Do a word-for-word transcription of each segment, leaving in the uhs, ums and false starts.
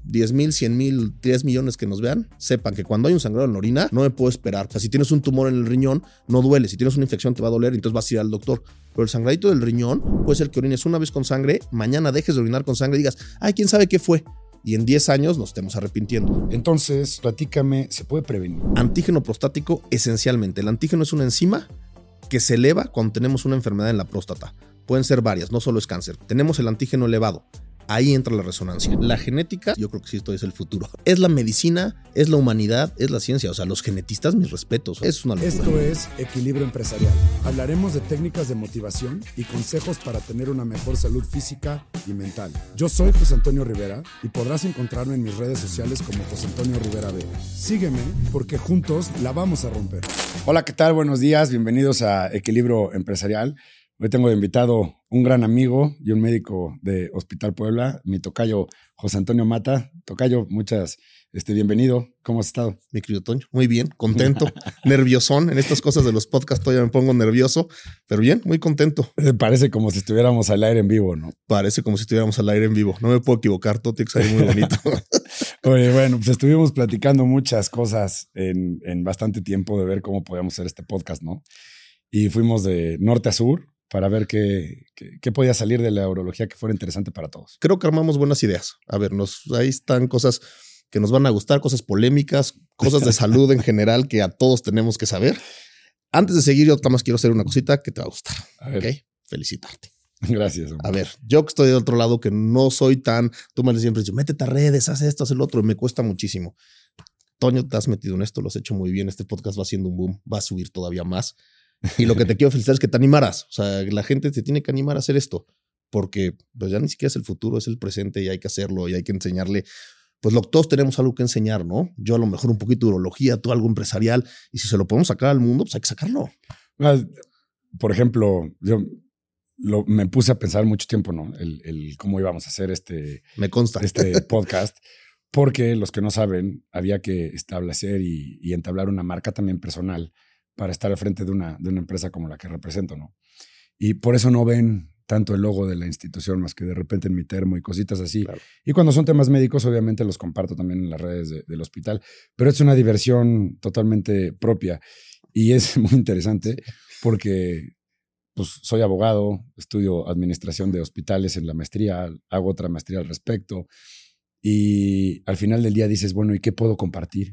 diez mil, cien mil, diez millones que nos vean, sepan que cuando hay un sangrado en la orina, no me puedo esperar. O sea, si tienes un tumor en el riñón, no duele. Si tienes una infección, te va a doler, entonces vas a ir al doctor. Pero el sangradito del riñón puede ser que orines una vez con sangre, mañana dejes de orinar con sangre y digas, ay, quién sabe qué fue. Y en diez años nos estemos arrepintiendo. Entonces, platícame, ¿se puede prevenir? Antígeno prostático, esencialmente. El antígeno es una enzima que se eleva cuando tenemos una enfermedad en la próstata. Pueden ser varias, no solo es cáncer. Tenemos el antígeno elevado. Ahí entra la resonancia. La genética, yo creo que sí, esto es el futuro. Es la medicina, es la humanidad, es la ciencia. O sea, los genetistas, mis respetos. Es una locura. Esto es Equilibrio Empresarial. Hablaremos de técnicas de motivación y consejos para tener una mejor salud física y mental. Yo soy José Antonio Rivera y podrás encontrarme en mis redes sociales como José Antonio Rivera B. Sígueme porque juntos la vamos a romper. Hola, ¿qué tal? Buenos días. Bienvenidos a Equilibrio Empresarial. Hoy tengo de invitado un gran amigo y un médico de Hospital Puebla, mi tocayo José Antonio Mata. Tocayo, muchas, este, bienvenido. ¿Cómo has estado? Mi querido Toño, muy bien, contento, nerviosón. En estas cosas de los podcasts todavía me pongo nervioso, pero bien, muy contento. Parece como si estuviéramos al aire en vivo, ¿no? Parece como si estuviéramos al aire en vivo. No me puedo equivocar, todo tiene que salir muy bonito. Oye, bueno, pues estuvimos platicando muchas cosas en, en bastante tiempo de ver cómo podíamos hacer este podcast, ¿no? Y fuimos de norte a sur para ver qué, qué, qué podía salir de la urología que fuera interesante para todos. Creo que armamos buenas ideas. A ver, nos, ahí están cosas que nos van a gustar, cosas polémicas, cosas de salud en general que a todos tenemos que saber. Antes de seguir, yo nada más quiero hacer una cosita que te va a gustar. A ver. ¿Ok? Felicitarte. Gracias. Hombre. A ver, yo que estoy del otro lado, que no soy tan... Tú me siempre dices, métete a redes, haz esto, haz el otro. Me cuesta muchísimo. Toño, te has metido en esto, lo has hecho muy bien. Este podcast va siendo un boom, va a subir todavía más. Y lo que te quiero felicitar es que te animaras. O sea, la gente se tiene que animar a hacer esto porque pues ya ni siquiera es el futuro, es el presente y hay que hacerlo y hay que enseñarle. Pues lo, todos tenemos algo que enseñar, ¿no? Yo a lo mejor un poquito de urología, tú algo empresarial y si se lo podemos sacar al mundo, pues hay que sacarlo. Por ejemplo, yo lo, me puse a pensar mucho tiempo, ¿no? El, el cómo íbamos a hacer este, me consta. este podcast porque los que no saben, había que establecer y, y entablar una marca también personal para estar al frente de una, de una empresa como la que represento, ¿no? Y por eso no ven tanto el logo de la institución más que de repente en mi termo y cositas así. Claro. Y cuando son temas médicos, obviamente los comparto también en las redes de, del hospital, pero es una diversión totalmente propia y es muy interesante porque pues, soy abogado, estudio administración de hospitales en la maestría, hago otra maestría al respecto y al final del día dices, bueno, ¿y qué puedo compartir?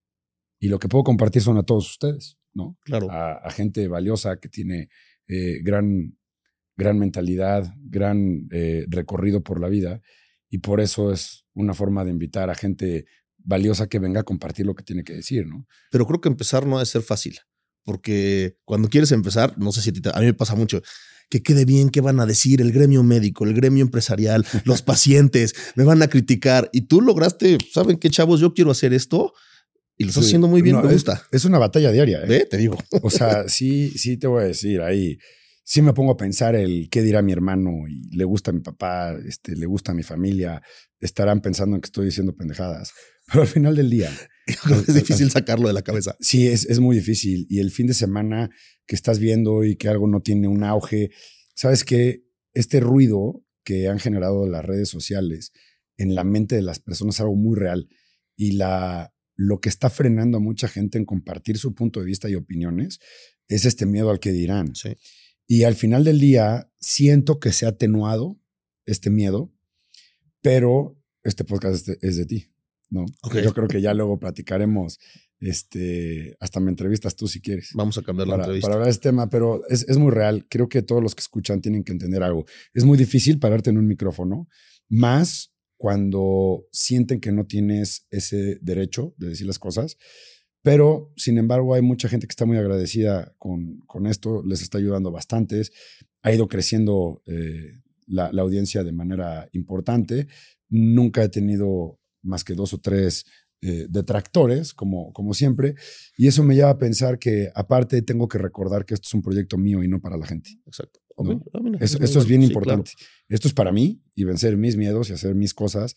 Y lo que puedo compartir son a todos ustedes, ¿no? Claro. A, a gente valiosa que tiene eh, gran, gran mentalidad, gran eh, recorrido por la vida. Y por eso es una forma de invitar a gente valiosa que venga a compartir lo que tiene que decir, ¿no? Pero creo que empezar no ha de ser fácil. Porque cuando quieres empezar, no sé si a, ti te, a mí me pasa mucho, que quede bien, qué van a decir el gremio médico, el gremio empresarial, los pacientes, me van a criticar. Y tú lograste, ¿saben qué, chavos? Yo quiero hacer esto. Y lo estás sí, haciendo muy bien, no, me gusta. Es, es una batalla diaria. ¿eh? ¿Ve? Te digo. O sea, sí, sí te voy a decir, ahí sí me pongo a pensar el qué dirá mi hermano y le gusta a mi papá, este, le gusta a mi familia, estarán pensando en que estoy diciendo pendejadas. Pero al final del día... es difícil sacarlo de la cabeza. Sí, es, es muy difícil. Y el fin de semana que estás viendo y que algo no tiene un auge, ¿sabes qué? Este ruido que han generado las redes sociales en la mente de las personas es algo muy real. Y la... lo que está frenando a mucha gente en compartir su punto de vista y opiniones es este miedo al que dirán. Sí. Y al final del día siento que se ha atenuado este miedo, pero este podcast es de, es de ti, ¿no? Okay. Yo creo que ya luego platicaremos, este, hasta me entrevistas tú si quieres. Vamos a cambiar la para, entrevista. Para hablar de este tema, pero es, es muy real. Creo que todos los que escuchan tienen que entender algo. Es muy difícil pararte en un micrófono, más cuando sienten que no tienes ese derecho de decir las cosas, pero sin embargo hay mucha gente que está muy agradecida con, con esto, les está ayudando bastantes, ha ido creciendo eh, la, la audiencia de manera importante, nunca he tenido más que dos o tres eh, detractores, como, como siempre, y eso me lleva a pensar que aparte tengo que recordar que esto es un proyecto mío y no para la gente. Exacto. ¿No? Okay. Ah, mira, eso, eso es bien sí, importante. Claro. Esto es para mí y vencer mis miedos y hacer mis cosas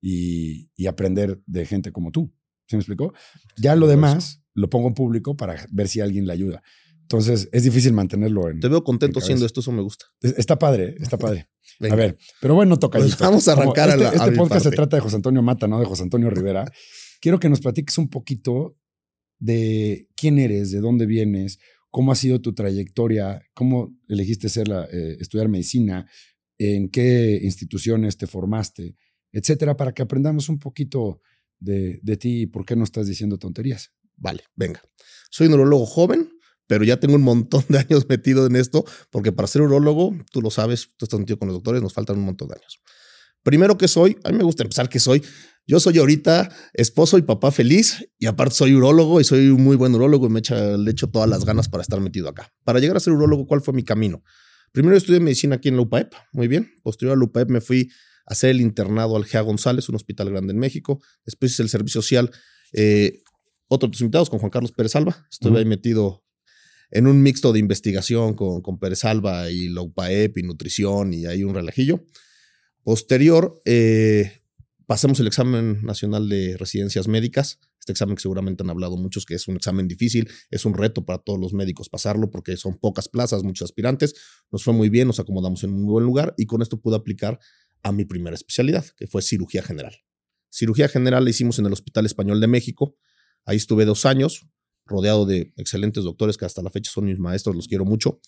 y, y aprender de gente como tú. ¿Sí me explicó? Ya lo demás lo pongo en público para ver si alguien le ayuda. Entonces, es difícil mantenerlo en. Te veo contento haciendo esto, eso me gusta. Está padre, está padre. A ver, pero bueno, toca. Pues vamos a arrancar este, a la. Este a podcast parte. se trata de José Antonio Mata, no de José Antonio Rivera. Quiero que nos platiques un poquito de quién eres, de dónde vienes, cómo ha sido tu trayectoria, cómo elegiste ser la, eh, estudiar medicina, en qué instituciones te formaste, etcétera, para que aprendamos un poquito de, de ti y por qué no estás diciendo tonterías. Vale, venga. Soy neurólogo joven, pero ya tengo un montón de años metido en esto, porque para ser urólogo, tú lo sabes, tú estás metido con los doctores, nos faltan un montón de años. Primero, ¿qué soy? A mí me gusta empezar que soy. Yo soy ahorita esposo y papá feliz, y aparte soy urólogo y soy un muy buen urólogo y me echa, le echo todas las ganas para estar metido acá. Para llegar a ser urólogo, ¿cuál fue mi camino? Primero estudié medicina aquí en la U P A E P, muy bien. Posterior a la U P A E P me fui a hacer el internado al G E A González, un hospital grande en México. Después hice el servicio social, eh, otros de tus invitados con Juan Carlos Pérez Alba. Estuve uh-huh. ahí metido en un mixto de investigación con, con Pérez Alba y la U P A E P y nutrición y ahí un relajillo. Posterior, eh, pasamos el examen nacional de residencias médicas. Este examen que seguramente han hablado muchos, que es un examen difícil, es un reto para todos los médicos pasarlo porque son pocas plazas, muchos aspirantes. Nos fue muy bien, nos acomodamos en un buen lugar y con esto pude aplicar a mi primera especialidad, que fue cirugía general. Cirugía general la hicimos en el Hospital Español de México. Ahí estuve dos años, rodeado de excelentes doctores que hasta la fecha son mis maestros, los quiero mucho.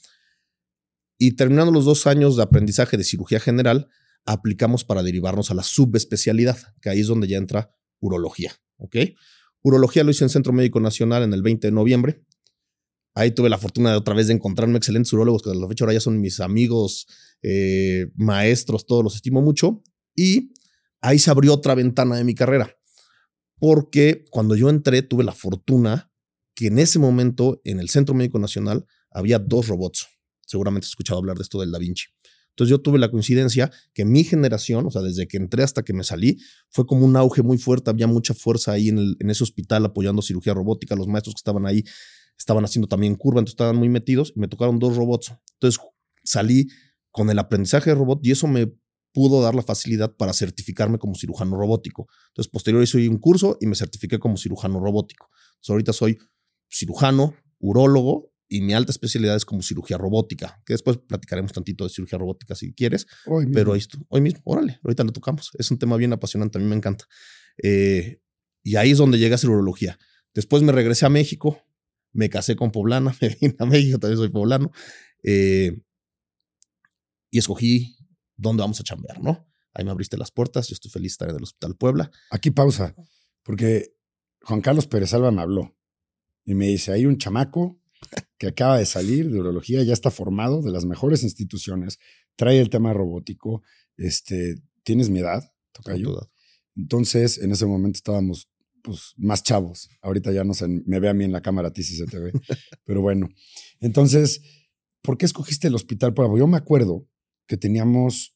Y terminando los dos años de aprendizaje de cirugía general, aplicamos para derivarnos a la subespecialidad, que ahí es donde ya entra urología, ¿ok? Urología lo hice en Centro Médico Nacional en el veinte de noviembre. Ahí tuve la fortuna de otra vez de encontrarme excelentes urólogos que a la fecha ahora ya son mis amigos, eh, maestros, todos los estimo mucho. Y ahí se abrió otra ventana de mi carrera, porque cuando yo entré tuve la fortuna que en ese momento en el Centro Médico Nacional había dos robots. Seguramente has escuchado hablar de esto del Da Vinci. Entonces yo tuve la coincidencia que mi generación, o sea, desde que entré hasta que me salí, fue como un auge muy fuerte, había mucha fuerza ahí en, el, en ese hospital apoyando cirugía robótica, los maestros que estaban ahí estaban haciendo también curva, entonces estaban muy metidos y me tocaron dos robots. Entonces salí con el aprendizaje de robot y eso me pudo dar la facilidad para certificarme como cirujano robótico. Entonces posterior hice un curso y me certifiqué como cirujano robótico. Entonces ahorita soy cirujano, urólogo, y mi alta especialidad es como cirugía robótica, que después platicaremos tantito de cirugía robótica si quieres. Hoy mismo. Pero esto, hoy mismo, órale, ahorita lo tocamos. Es un tema bien apasionante, a mí me encanta. Eh, y ahí es donde llega a ser urología. Después me regresé a México, me casé con poblana, me vine a México, también soy poblano. Eh, y escogí dónde vamos a chambear, ¿no? Ahí me abriste las puertas, yo estoy feliz de estar en el Hospital Puebla. Aquí pausa, porque Juan Carlos Pérez Alba me habló y me dice, hay un chamaco que acaba de salir de urología, ya está formado de las mejores instituciones, trae el tema robótico, este, ¿tienes mi edad, tocayo? Entonces, en ese momento estábamos pues, más chavos. Ahorita ya no se me ve a mí en la cámara, a ti sí se te ve. Pero bueno, entonces, ¿por qué escogiste el Hospital Puebla? Yo me acuerdo que teníamos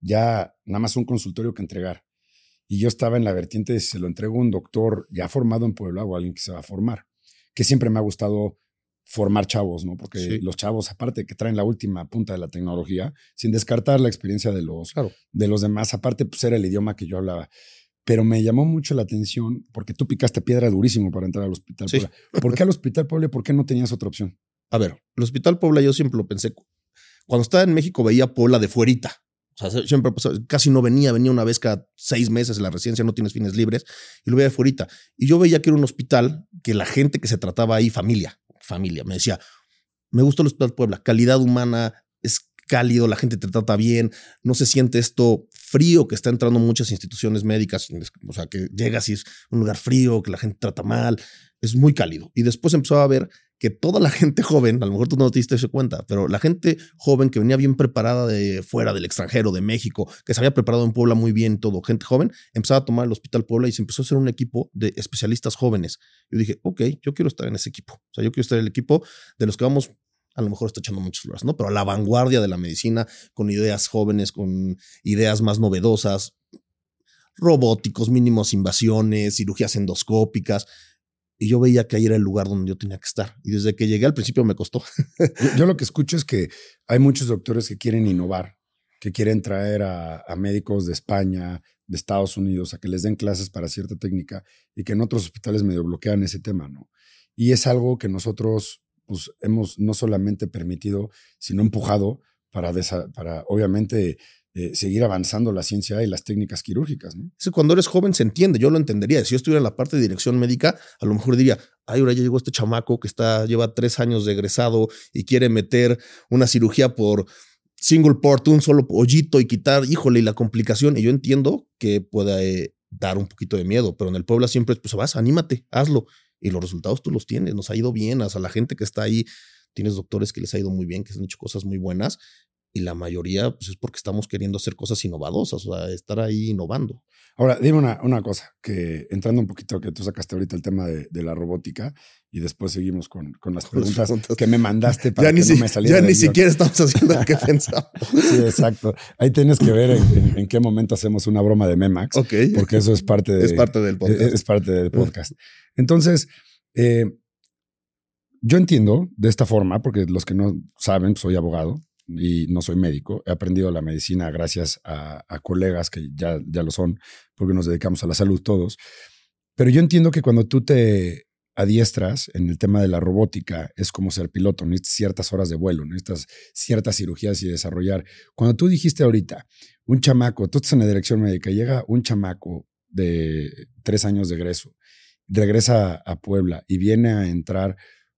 ya nada más un consultorio que entregar y yo estaba en la vertiente de si se lo entrego a un doctor ya formado en Puebla o a alguien que se va a formar, que siempre me ha gustado formar chavos, ¿no? Porque sí. Los chavos, aparte que traen la última punta de la tecnología, sin descartar la experiencia de los, claro. de los demás, aparte pues era el idioma que yo hablaba. Pero me llamó mucho la atención porque tú picaste piedra durísimo para entrar al Hospital sí. Puebla. ¿Por qué al Hospital Puebla? ¿Por qué no tenías otra opción? A ver, el Hospital Puebla yo siempre lo pensé. Cuando estaba en México veía Puebla de fuerita. O sea, siempre pues, casi no venía, venía una vez cada seis meses en la residencia, no tienes fines libres, y lo veía de fuerita. Y yo veía que era un hospital que la gente que se trataba ahí, familia, familia, me decía, me gusta el Hospital Puebla, calidad humana, es cálido, la gente te trata bien, no se siente esto frío que está entrando en muchas instituciones médicas, o sea, que llegas y es un lugar frío, que la gente trata mal, es muy cálido. Y después empezó a ver que toda la gente joven, a lo mejor tú no te diste cuenta, pero la gente joven que venía bien preparada de fuera, del extranjero, de México, que se había preparado en Puebla muy bien, todo, gente joven, empezaba a tomar el Hospital Puebla y se empezó a hacer un equipo de especialistas jóvenes. Yo dije, ok, yo quiero estar en ese equipo. O sea, yo quiero estar en el equipo de los que vamos, a lo mejor está echando muchas flores, ¿no? Pero a la vanguardia de la medicina, con ideas jóvenes, con ideas más novedosas, robóticos, mínimos invasiones, cirugías endoscópicas. Y yo veía que ahí era el lugar donde yo tenía que estar. Y desde que llegué al principio me costó. yo, yo lo que escucho es que hay muchos doctores que quieren innovar, que quieren traer a, a médicos de España, de Estados Unidos, a que les den clases para cierta técnica y que en otros hospitales medio bloquean ese tema, ¿no? Y es algo que nosotros pues hemos no solamente permitido, sino empujado para, desa- para obviamente, eh, seguir avanzando la ciencia y las técnicas quirúrgicas, ¿no? Es que cuando eres joven se entiende, yo lo entendería. Si yo estuviera en la parte de dirección médica, a lo mejor diría, ay, ahora ya llegó este chamaco que está, lleva tres años de egresado y quiere meter una cirugía por single port, un solo hoyito y quitar, híjole, y la complicación. Y yo entiendo que pueda eh, dar un poquito de miedo, pero en el Puebla siempre es, pues vas, anímate, hazlo. Y los resultados tú los tienes, nos ha ido bien, o sea, la gente que está ahí, tienes doctores que les ha ido muy bien, que han hecho cosas muy buenas. Y la mayoría pues, es porque estamos queriendo hacer cosas innovadoras, o sea, estar ahí innovando. Ahora, dime una, una cosa, que entrando un poquito, que tú sacaste ahorita el tema de, de la robótica y después seguimos con, con las Con las preguntas, preguntas. que me mandaste para Ya que ni, no si, me saliera ya del ni guión. siquiera estamos haciendo lo que pensamos. Sí, exacto. Ahí tienes que ver en, en, en qué momento hacemos una broma de Memax, Ok. porque eso es parte, de, Es parte del podcast. Es, es parte del podcast. Entonces, eh, yo entiendo de esta forma, porque los que no saben, soy abogado y no soy médico. He aprendido la medicina gracias a, a colegas que ya, ya lo son, porque nos dedicamos a la salud todos. Pero yo entiendo que cuando tú te adiestras en el tema de la robótica, es como ser piloto, necesitas ciertas horas de vuelo, necesitas ciertas cirugías y desarrollar. Cuando tú dijiste ahorita, un chamaco, tú estás en la dirección médica, llega un chamaco de tres años de egreso, regresa a Puebla y viene a entrar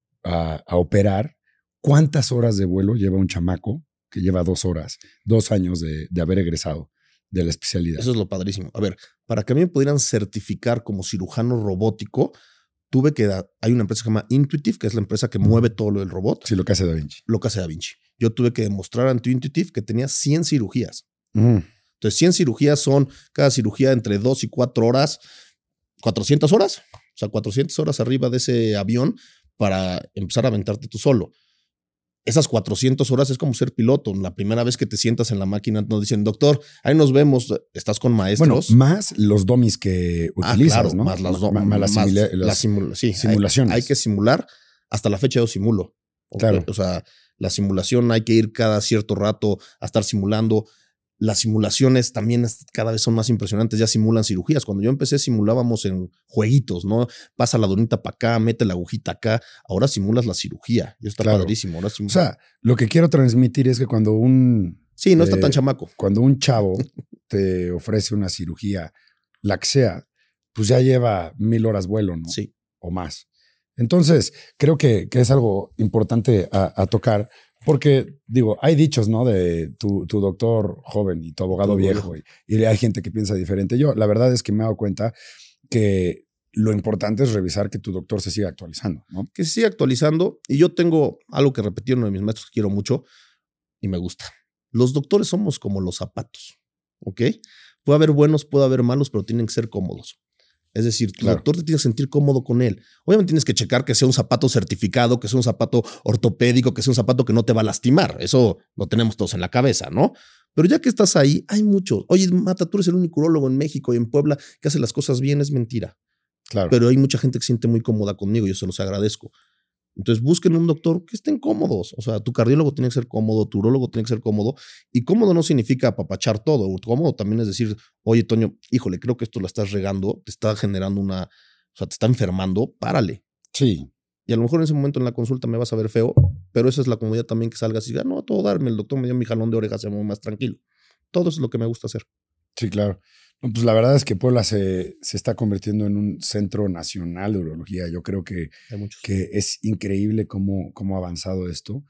a, a operar, ¿cuántas horas de vuelo lleva un chamaco que lleva dos horas, dos años de, de haber egresado de la especialidad? Eso es lo padrísimo. A ver, para que a mí me pudieran certificar como cirujano robótico, tuve que dar, hay una empresa que se llama Intuitive, que es la empresa que mueve todo lo del robot. Sí, lo que hace Da Vinci. Lo que hace Da Vinci. Yo tuve que demostrar ante Intuitive que tenía cien cirugías. Mm. Entonces, cien cirugías son cada cirugía entre dos y cuatro horas, cuatrocientas horas, o sea, cuatrocientas horas arriba de ese avión para empezar a aventarte tú solo. Esas cuatrocientas horas es como ser piloto. La primera vez que te sientas en la máquina nos dicen, doctor, ahí nos vemos, estás con maestros. Bueno, más los dummies que utilizas, ah, claro, ¿no? Más las, do- más, más las, más simula- las las simula- sí, simulaciones. Hay, hay que simular. Hasta la fecha yo simulo. Claro. O sea, la simulación hay que ir cada cierto rato a estar simulando. Las simulaciones también cada vez son más impresionantes, ya simulan cirugías. Cuando yo empecé simulábamos en jueguitos, ¿no? Pasa la donita para acá, mete la agujita acá. Ahora simulas la cirugía. Y eso está Claro. padrísimo. Ahora o sea, lo que quiero transmitir es que cuando un... Sí, no está eh, tan chamaco. Cuando un chavo te ofrece una cirugía, la que sea, pues ya lleva mil horas vuelo, ¿no? Sí. O más. Entonces, creo que, que es algo importante a, a tocar. Porque, digo, hay dichos, ¿no? De tu, tu doctor joven y tu abogado Tu viejo. Y, y hay gente que piensa diferente. Yo, la verdad es que me he dado cuenta que lo importante es revisar que tu doctor se siga actualizando, ¿no? Que se siga actualizando. Y yo tengo algo que repetí uno de mis maestros que quiero mucho y me gusta. Los doctores somos como los zapatos, ¿ok? Puede haber buenos, puede haber malos, pero tienen que ser cómodos. Es decir, tu Claro. doctor te tiene que sentir cómodo con él. Obviamente tienes que checar que sea un zapato certificado, que sea un zapato ortopédico, que sea un zapato que no te va a lastimar. Eso lo tenemos todos en la cabeza, ¿no? Pero ya que estás ahí, hay muchos. Oye, Mata, tú eres el único urólogo en México y en Puebla que hace las cosas bien, es mentira. Claro. Pero hay mucha gente que se siente muy cómoda conmigo y yo se los agradezco. Entonces busquen un doctor que estén cómodos. O sea, tu cardiólogo tiene que ser cómodo, tu urólogo tiene que ser cómodo. Y cómodo no significa apapachar todo. Cómodo también es decir, oye, Toño, híjole, creo que esto lo estás regando, te está generando una, o sea, te está enfermando, párale. Sí. Y a lo mejor en ese momento en la consulta me vas a ver feo, pero esa es la comodidad también que salgas y digas, no, a todo darme, el doctor me dio mi jalón de orejas, se me más tranquilo. Todo eso es lo que me gusta hacer. Sí, claro. No, pues la verdad es que Puebla se, se está convirtiendo en un centro nacional de urología. Yo creo que, Hay muchos. que es increíble cómo, cómo ha avanzado esto.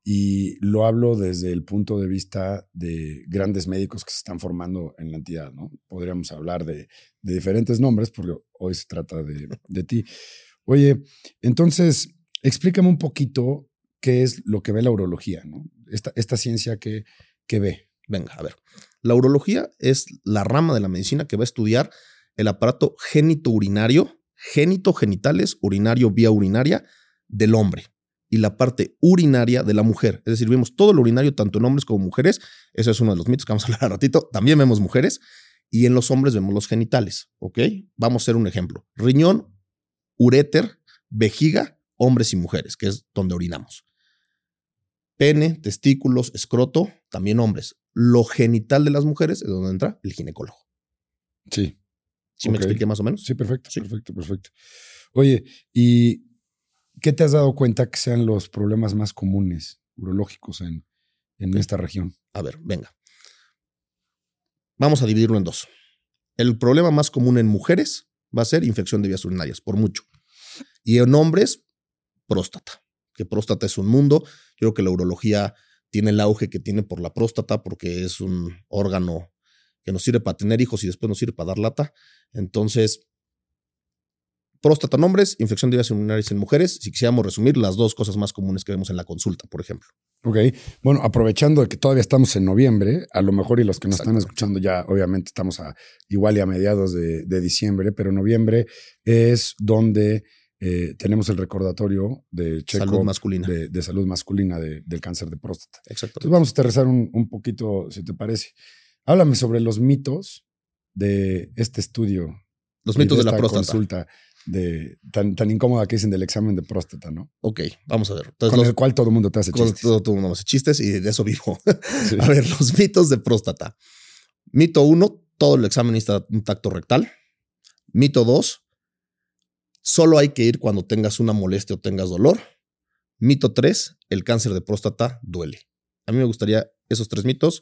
Y lo hablo desde el punto de vista de grandes médicos que se están formando en la entidad, ¿no? Podríamos hablar de, de diferentes nombres, porque hoy se trata de, de ti. Oye, entonces, explícame un poquito qué es lo que ve la urología, ¿no? Esta, esta ciencia que, que ve. Venga, a ver. La urología es la rama de la medicina que va a estudiar el aparato génito-urinario, génito-genitales, urinario, vía urinaria del hombre y la parte urinaria de la mujer. Es decir, vemos todo el urinario tanto en hombres como mujeres. Ese es uno de los mitos que vamos a hablar al ratito. También vemos mujeres y en los hombres vemos los genitales, ¿ok? Vamos a hacer un ejemplo. Riñón, uréter, vejiga, hombres y mujeres, que es donde orinamos. Pene, testículos, escroto, también hombres. Lo genital de las mujeres es donde entra el ginecólogo. Sí. ¿Sí Ok. me expliqué más o menos? Sí, perfecto, Sí. perfecto, perfecto. Oye, y ¿qué te has dado cuenta que sean los problemas más comunes urológicos en, en Okay. esta región? A ver, venga. Vamos a dividirlo en dos. El problema más común en mujeres va a ser infección de vías urinarias, por mucho. Y en hombres, próstata. Que próstata es un mundo. Yo creo que la urología tiene el auge que tiene por la próstata porque es un órgano que nos sirve para tener hijos y después nos sirve para dar lata. Entonces, próstata en hombres, infección de vías urinarias en mujeres. Si quisiéramos resumir las dos cosas más comunes que vemos en la consulta, por ejemplo. Ok, bueno, aprovechando de que todavía estamos en noviembre, a lo mejor y los que nos Exacto. están escuchando ya, obviamente estamos a, igual y a mediados de, de diciembre, pero noviembre es donde eh, tenemos el recordatorio de check-up Salud masculina. de, de salud masculina de, del cáncer de próstata. Exacto. Entonces vamos a aterrizar un, un poquito, si te parece. Háblame sobre los mitos de este estudio. Los mitos de, de la próstata. Consulta de, tan, tan incómoda que dicen del examen de próstata, ¿no? Ok, vamos a ver. Entonces, con los, el cual todo el mundo te hace con chistes. Todo, todo el mundo hace chistes y de eso vivo. Sí. A ver, los mitos de próstata. Mito uno, todo el examen necesita un tacto rectal. Mito dos, solo hay que ir cuando tengas una molestia o tengas dolor. Mito tres, el cáncer de próstata duele. A mí me gustaría, esos tres mitos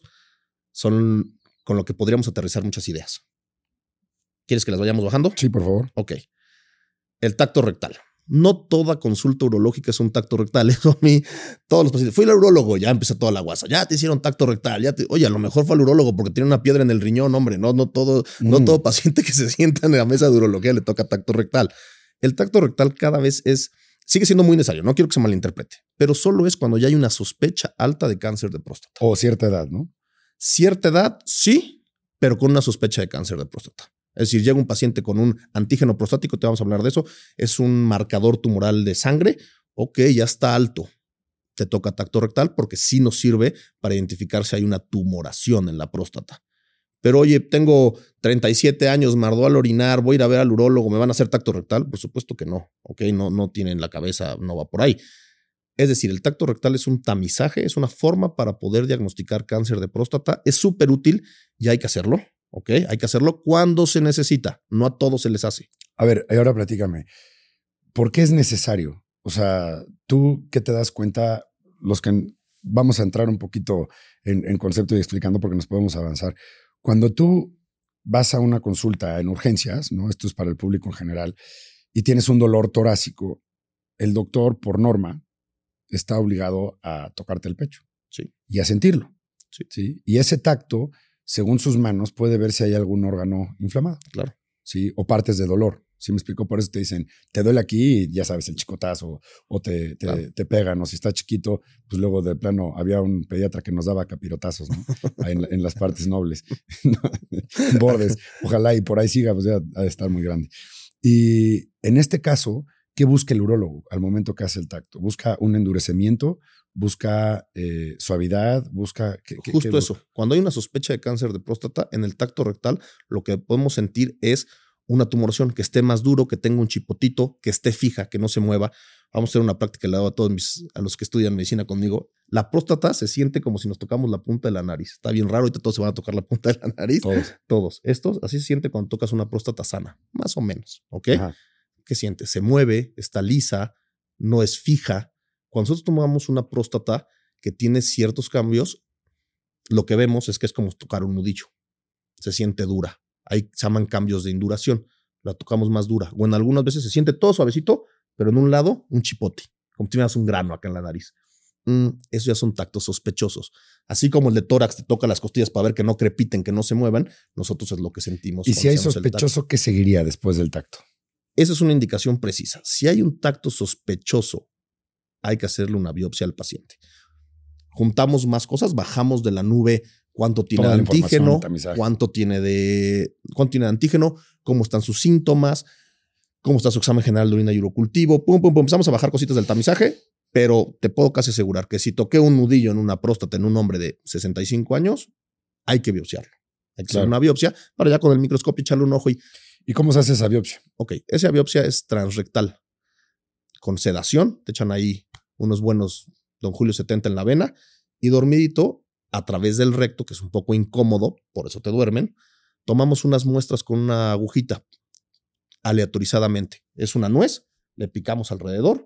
son con lo que podríamos aterrizar muchas ideas. ¿Quieres que las vayamos bajando? Sí, por favor. Ok. El tacto rectal. No toda consulta urológica es un tacto rectal. Eso a mí, todos los pacientes. Fui al urólogo, ya empezó toda la guasa. Ya te hicieron tacto rectal. Ya te, oye, a lo mejor fue al urólogo porque tiene una piedra en el riñón, hombre. No, no, todo, mm. no todo paciente que se sienta en la mesa de urología le toca tacto rectal. El tacto rectal cada vez es, sigue siendo muy necesario. No quiero que se malinterprete, pero solo es cuando ya hay una sospecha alta de cáncer de próstata. O cierta edad, ¿no? Cierta edad, sí, pero con una sospecha de cáncer de próstata. Es decir, llega un paciente con un antígeno prostático, te vamos a hablar de eso, es un marcador tumoral de sangre, ok, ya está alto, te toca tacto rectal porque sí nos sirve para identificar si hay una tumoración en la próstata. Pero oye, tengo treinta y siete años, me ardó al orinar, voy a ir a ver al urólogo, ¿me van a hacer tacto rectal? Por supuesto que no, ok, no, no tienen la cabeza, no va por ahí. Es decir, el tacto rectal es un tamizaje, es una forma para poder diagnosticar cáncer de próstata, es súper útil y hay que hacerlo. Ok, hay que hacerlo cuando se necesita, no a todos se les hace. A ver, ahora platícame, ¿por qué es necesario? O sea, tú qué te das cuenta, los que vamos a entrar un poquito en, en concepto y explicando porque nos podemos avanzar. Cuando tú vas a una consulta en urgencias, ¿no? Esto es para el público en general, y tienes un dolor torácico, el doctor, por norma, está obligado a tocarte el pecho. Sí. Y a sentirlo. Sí. ¿Sí? Y ese tacto, según sus manos, puede ver si hay algún órgano inflamado. Claro. ¿Sí? O partes de dolor. ¿Sí me explico? Por eso te dicen, te duele aquí y ya sabes, el chicotazo, o te, te, claro. te pegan, o si está chiquito, pues luego de plano había un pediatra que nos daba capirotazos, ¿no? en, en las partes nobles, bordes. Ojalá y por ahí siga, pues ya ha de estar muy grande. Y en este caso, ¿qué busca el urólogo al momento que hace el tacto? ¿Busca un endurecimiento? ¿Busca eh, suavidad? ¿Busca qué, qué, Justo qué eso. Cuando hay una sospecha de cáncer de próstata, en el tacto rectal lo que podemos sentir es una tumoración que esté más duro, que tenga un chipotito, que esté fija, que no se mueva. Vamos a hacer una práctica, le hago a todos mis, a los que estudian medicina conmigo. La próstata se siente como si nos tocamos la punta de la nariz. Está bien raro, ahorita todos se van a tocar la punta de la nariz. Todos. Todos. Estos, así se siente cuando tocas una próstata sana, más o menos, ¿ok? Ajá. ¿Qué sientes? Se mueve, está lisa, no es fija. Cuando nosotros tomamos una próstata que tiene ciertos cambios, lo que vemos es que es como tocar un nudillo. Se siente dura. Ahí se llaman cambios de induración. La tocamos más dura. O en algunas veces se siente todo suavecito, pero en un lado un chipote, como si tuvieras un grano acá en la nariz. Mm, esos ya son tactos sospechosos. Así como el de tórax te toca las costillas para ver que no crepiten, que no se muevan, nosotros es lo que sentimos. Y si hay sospechoso, ¿qué seguiría después del tacto? Esa es una indicación precisa. Si hay un tacto sospechoso, hay que hacerle una biopsia al paciente. Juntamos más cosas, bajamos de la nube cuánto tiene de antígeno, cuánto tiene de, cuánto tiene de antígeno, cómo están sus síntomas, cómo está su examen general de orina y urocultivo. Pum, pum, pum. Empezamos a bajar cositas del tamizaje, pero te puedo casi asegurar que si toqué un nudillo en una próstata en un hombre de sesenta y cinco años, hay que biopsiarlo. Hay que claro. hacer una biopsia para ya con el microscopio echarle un ojo y... ¿Y cómo se hace esa biopsia? Ok, esa biopsia es transrectal. Con sedación, te echan ahí unos buenos Don Julio setenta en la vena y dormidito a través del recto, que es un poco incómodo, por eso te duermen, tomamos unas muestras con una agujita aleatorizadamente. Es una nuez, le picamos alrededor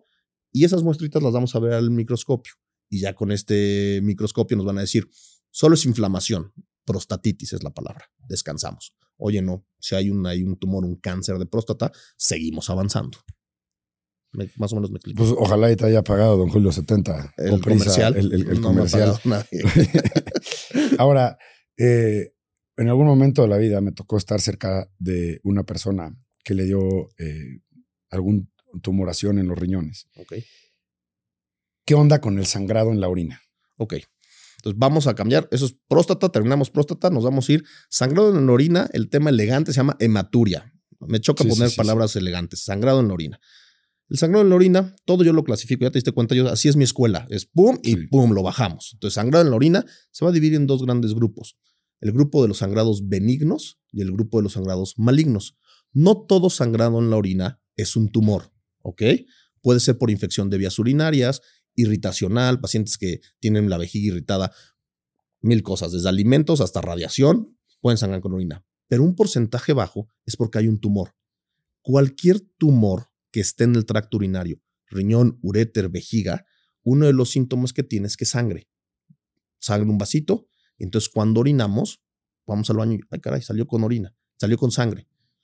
Y esas muestritas las vamos a ver al microscopio. Y ya con este microscopio nos van a decir, solo es inflamación, prostatitis es la palabra, descansamos. Oye, no, si hay un, hay un tumor, un cáncer de próstata, seguimos avanzando. Me, más o menos me explico. Pues ojalá y te haya pagado don Julio setenta. El con prisa, comercial. El, el, el no comercial. Me ha nadie. Ahora, eh, en algún momento de la vida me tocó estar cerca de una persona que le dio eh, algún tumoración en los riñones. Ok. ¿Qué onda con el sangrado en la orina? Ok. Entonces vamos a cambiar. Eso es próstata, terminamos próstata, nos vamos a ir. Sangrado en la orina, el tema elegante se llama hematuria. Me choca Sí, poner sí, sí, palabras sí. elegantes. Sangrado en la orina. El sangrado en la orina, todo yo lo clasifico, ya te diste cuenta, yo así es mi escuela, es pum y sí. pum, lo bajamos. Entonces, sangrado en la orina se va a dividir en dos grandes grupos. El grupo de los sangrados benignos y el grupo de los sangrados malignos. No todo sangrado en la orina es un tumor, ¿ok? Puede ser por infección de vías urinarias, irritacional, pacientes que tienen la vejiga irritada, mil cosas, desde alimentos hasta radiación, pueden sangrar con orina. Pero un porcentaje bajo es porque hay un tumor. Cualquier tumor que esté en el tracto urinario, riñón, uréter, vejiga, uno de los síntomas que tiene es que sangre. Sangre en un vasito, y entonces cuando orinamos, vamos al baño y, ay caray, salió con orina, salió con sangre.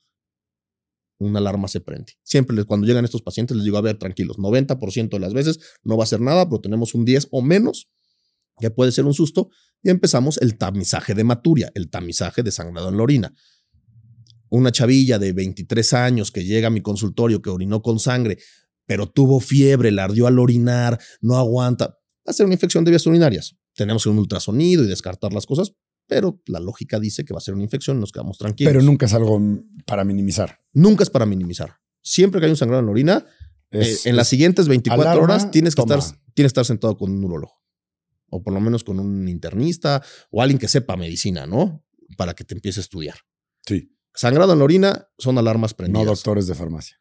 Una alarma se prende. Siempre les, cuando llegan estos pacientes les digo, a ver, tranquilos, noventa por ciento de las veces no va a ser nada, pero tenemos un diez o menos, que puede ser un susto, y empezamos el tamizaje de hematuria, el tamizaje de sangrado en la orina. Una chavilla de veintitrés años que llega a mi consultorio, que orinó con sangre, pero tuvo fiebre, la ardió al orinar, no aguanta, va a ser una infección de vías urinarias. Tenemos que un ultrasonido y descartar las cosas, pero la lógica dice que va a ser una infección y nos quedamos tranquilos. Pero nunca es algo para minimizar. Nunca es para minimizar. Siempre que hay un sangrado en la orina, es, eh, en es las siguientes veinticuatro alarma, horas tienes que, estar, tienes que estar sentado con un urólogo. O por lo menos con un internista o alguien que sepa medicina, ¿no? Para que te empiece a estudiar. Sí. Sangrado en la orina son alarmas prendidas. No doctores de farmacia.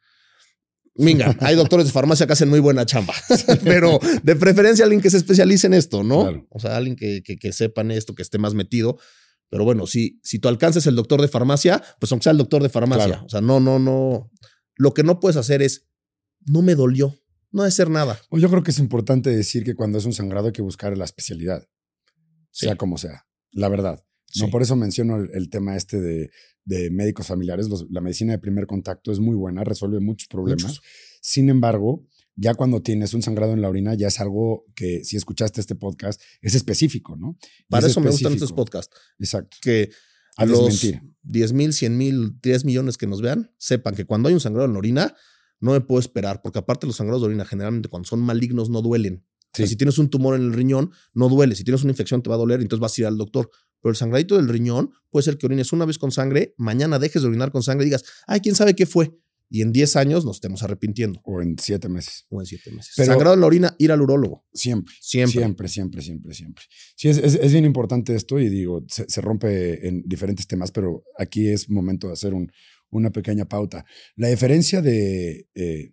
Minga, hay doctores de farmacia que hacen muy buena chamba, pero de preferencia alguien que se especialice en esto, ¿no? Claro. O sea, alguien que, que, que sepan esto, que esté más metido. Pero bueno, si, si tu alcance es el doctor de farmacia, pues aunque sea el doctor de farmacia. Claro. O sea, no, no, no. Lo que no puedes hacer es, no me dolió, no debe ser nada. Pues yo creo que es importante decir que cuando es un sangrado hay que buscar la especialidad, sí. sea como sea, la verdad. Sí. No, por eso menciono el, el tema este de, de médicos familiares. Los, la medicina de primer contacto es muy buena, resuelve muchos problemas. Muchos. Sin embargo, ya cuando tienes un sangrado en la orina, ya es algo que, si escuchaste este podcast, es específico, ¿no? Para es eso específico. Me gustan estos podcasts. Exacto. Que a, a los diez mil, cien mil, tres millones que nos vean, sepan que cuando hay un sangrado en la orina, no me puedo esperar, porque aparte los sangrados de orina generalmente cuando son malignos no duelen. Sí. O sea, si tienes un tumor en el riñón, no duele. Si tienes una infección te va a doler, entonces vas a ir al doctor. Pero el sangradito del riñón puede ser que orines una vez con sangre, mañana dejes de orinar con sangre y digas, ay, quién sabe qué fue. Y en diez años nos estemos arrepintiendo. O en siete meses. O en siete meses. Pero sangrado en la orina, ir al urólogo. Siempre. Siempre. Siempre, siempre, siempre, siempre. Sí, es, es, es bien importante esto y digo, se, se rompe en diferentes temas, pero aquí es momento de hacer un, una pequeña pauta. La diferencia de... Eh,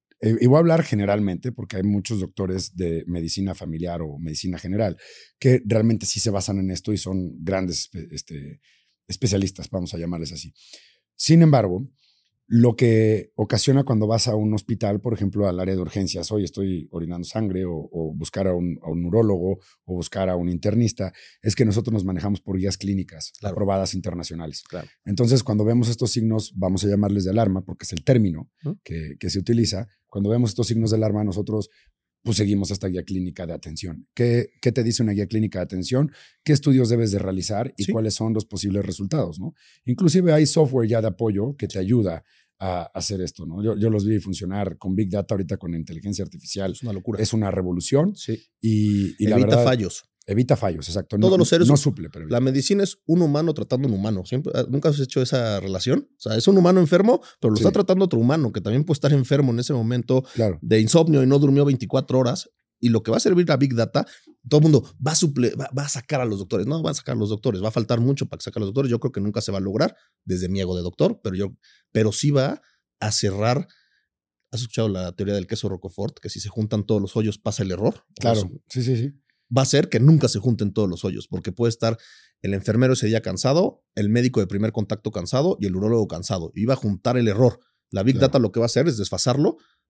Y voy a hablar generalmente porque hay muchos doctores de medicina familiar o medicina general que realmente sí se basan en esto y son grandes este, especialistas, vamos a llamarles así. Sin embargo, lo que ocasiona cuando vas a un hospital, por ejemplo, al área de urgencias, hoy estoy orinando sangre o, o buscar a un, a un urólogo o buscar a un internista, es que nosotros nos manejamos por guías clínicas claro. aprobadas internacionales. Claro. Entonces, cuando vemos estos signos, vamos a llamarles de alarma porque es el término ¿Mm? que, que se utiliza. Cuando vemos estos signos de alarma, nosotros pues seguimos esta guía clínica de atención. ¿Qué, qué te dice una guía clínica de atención? ¿Qué estudios debes de realizar y sí. cuáles son los posibles resultados? ¿no? Inclusive hay software ya de apoyo que te ayuda a hacer esto. ¿no? Yo, yo los vi funcionar con Big Data ahorita con inteligencia artificial. Es una locura. Es una revolución. Sí. Y, y Evita la verdad, fallos. Evita fallos, exacto. Todos no, los seres. No suple, pero evita. La medicina es un humano tratando a un humano. Siempre, ¿Nunca has hecho esa relación? O sea, es un humano enfermo, pero lo sí. está tratando otro humano que también puede estar enfermo en ese momento claro. de insomnio y no durmió veinticuatro horas. Y lo que va a servir a Big Data, todo el mundo va a, suple, va, va a sacar a los doctores. No va a sacar a los doctores. Va a faltar mucho para que saque a los doctores. Yo creo que nunca se va a lograr desde mi ego de doctor, pero, yo, pero sí va a cerrar. ¿Has escuchado la teoría del queso Roquefort? Que si se juntan todos los hoyos pasa el error. Claro, sí, sí, sí. Va a ser que nunca se junten todos los hoyos, porque puede estar el enfermero ese día cansado, el médico de primer contacto cansado y el urólogo cansado. Y va a juntar el error. La Big claro. Data lo que va a hacer es desfasarlo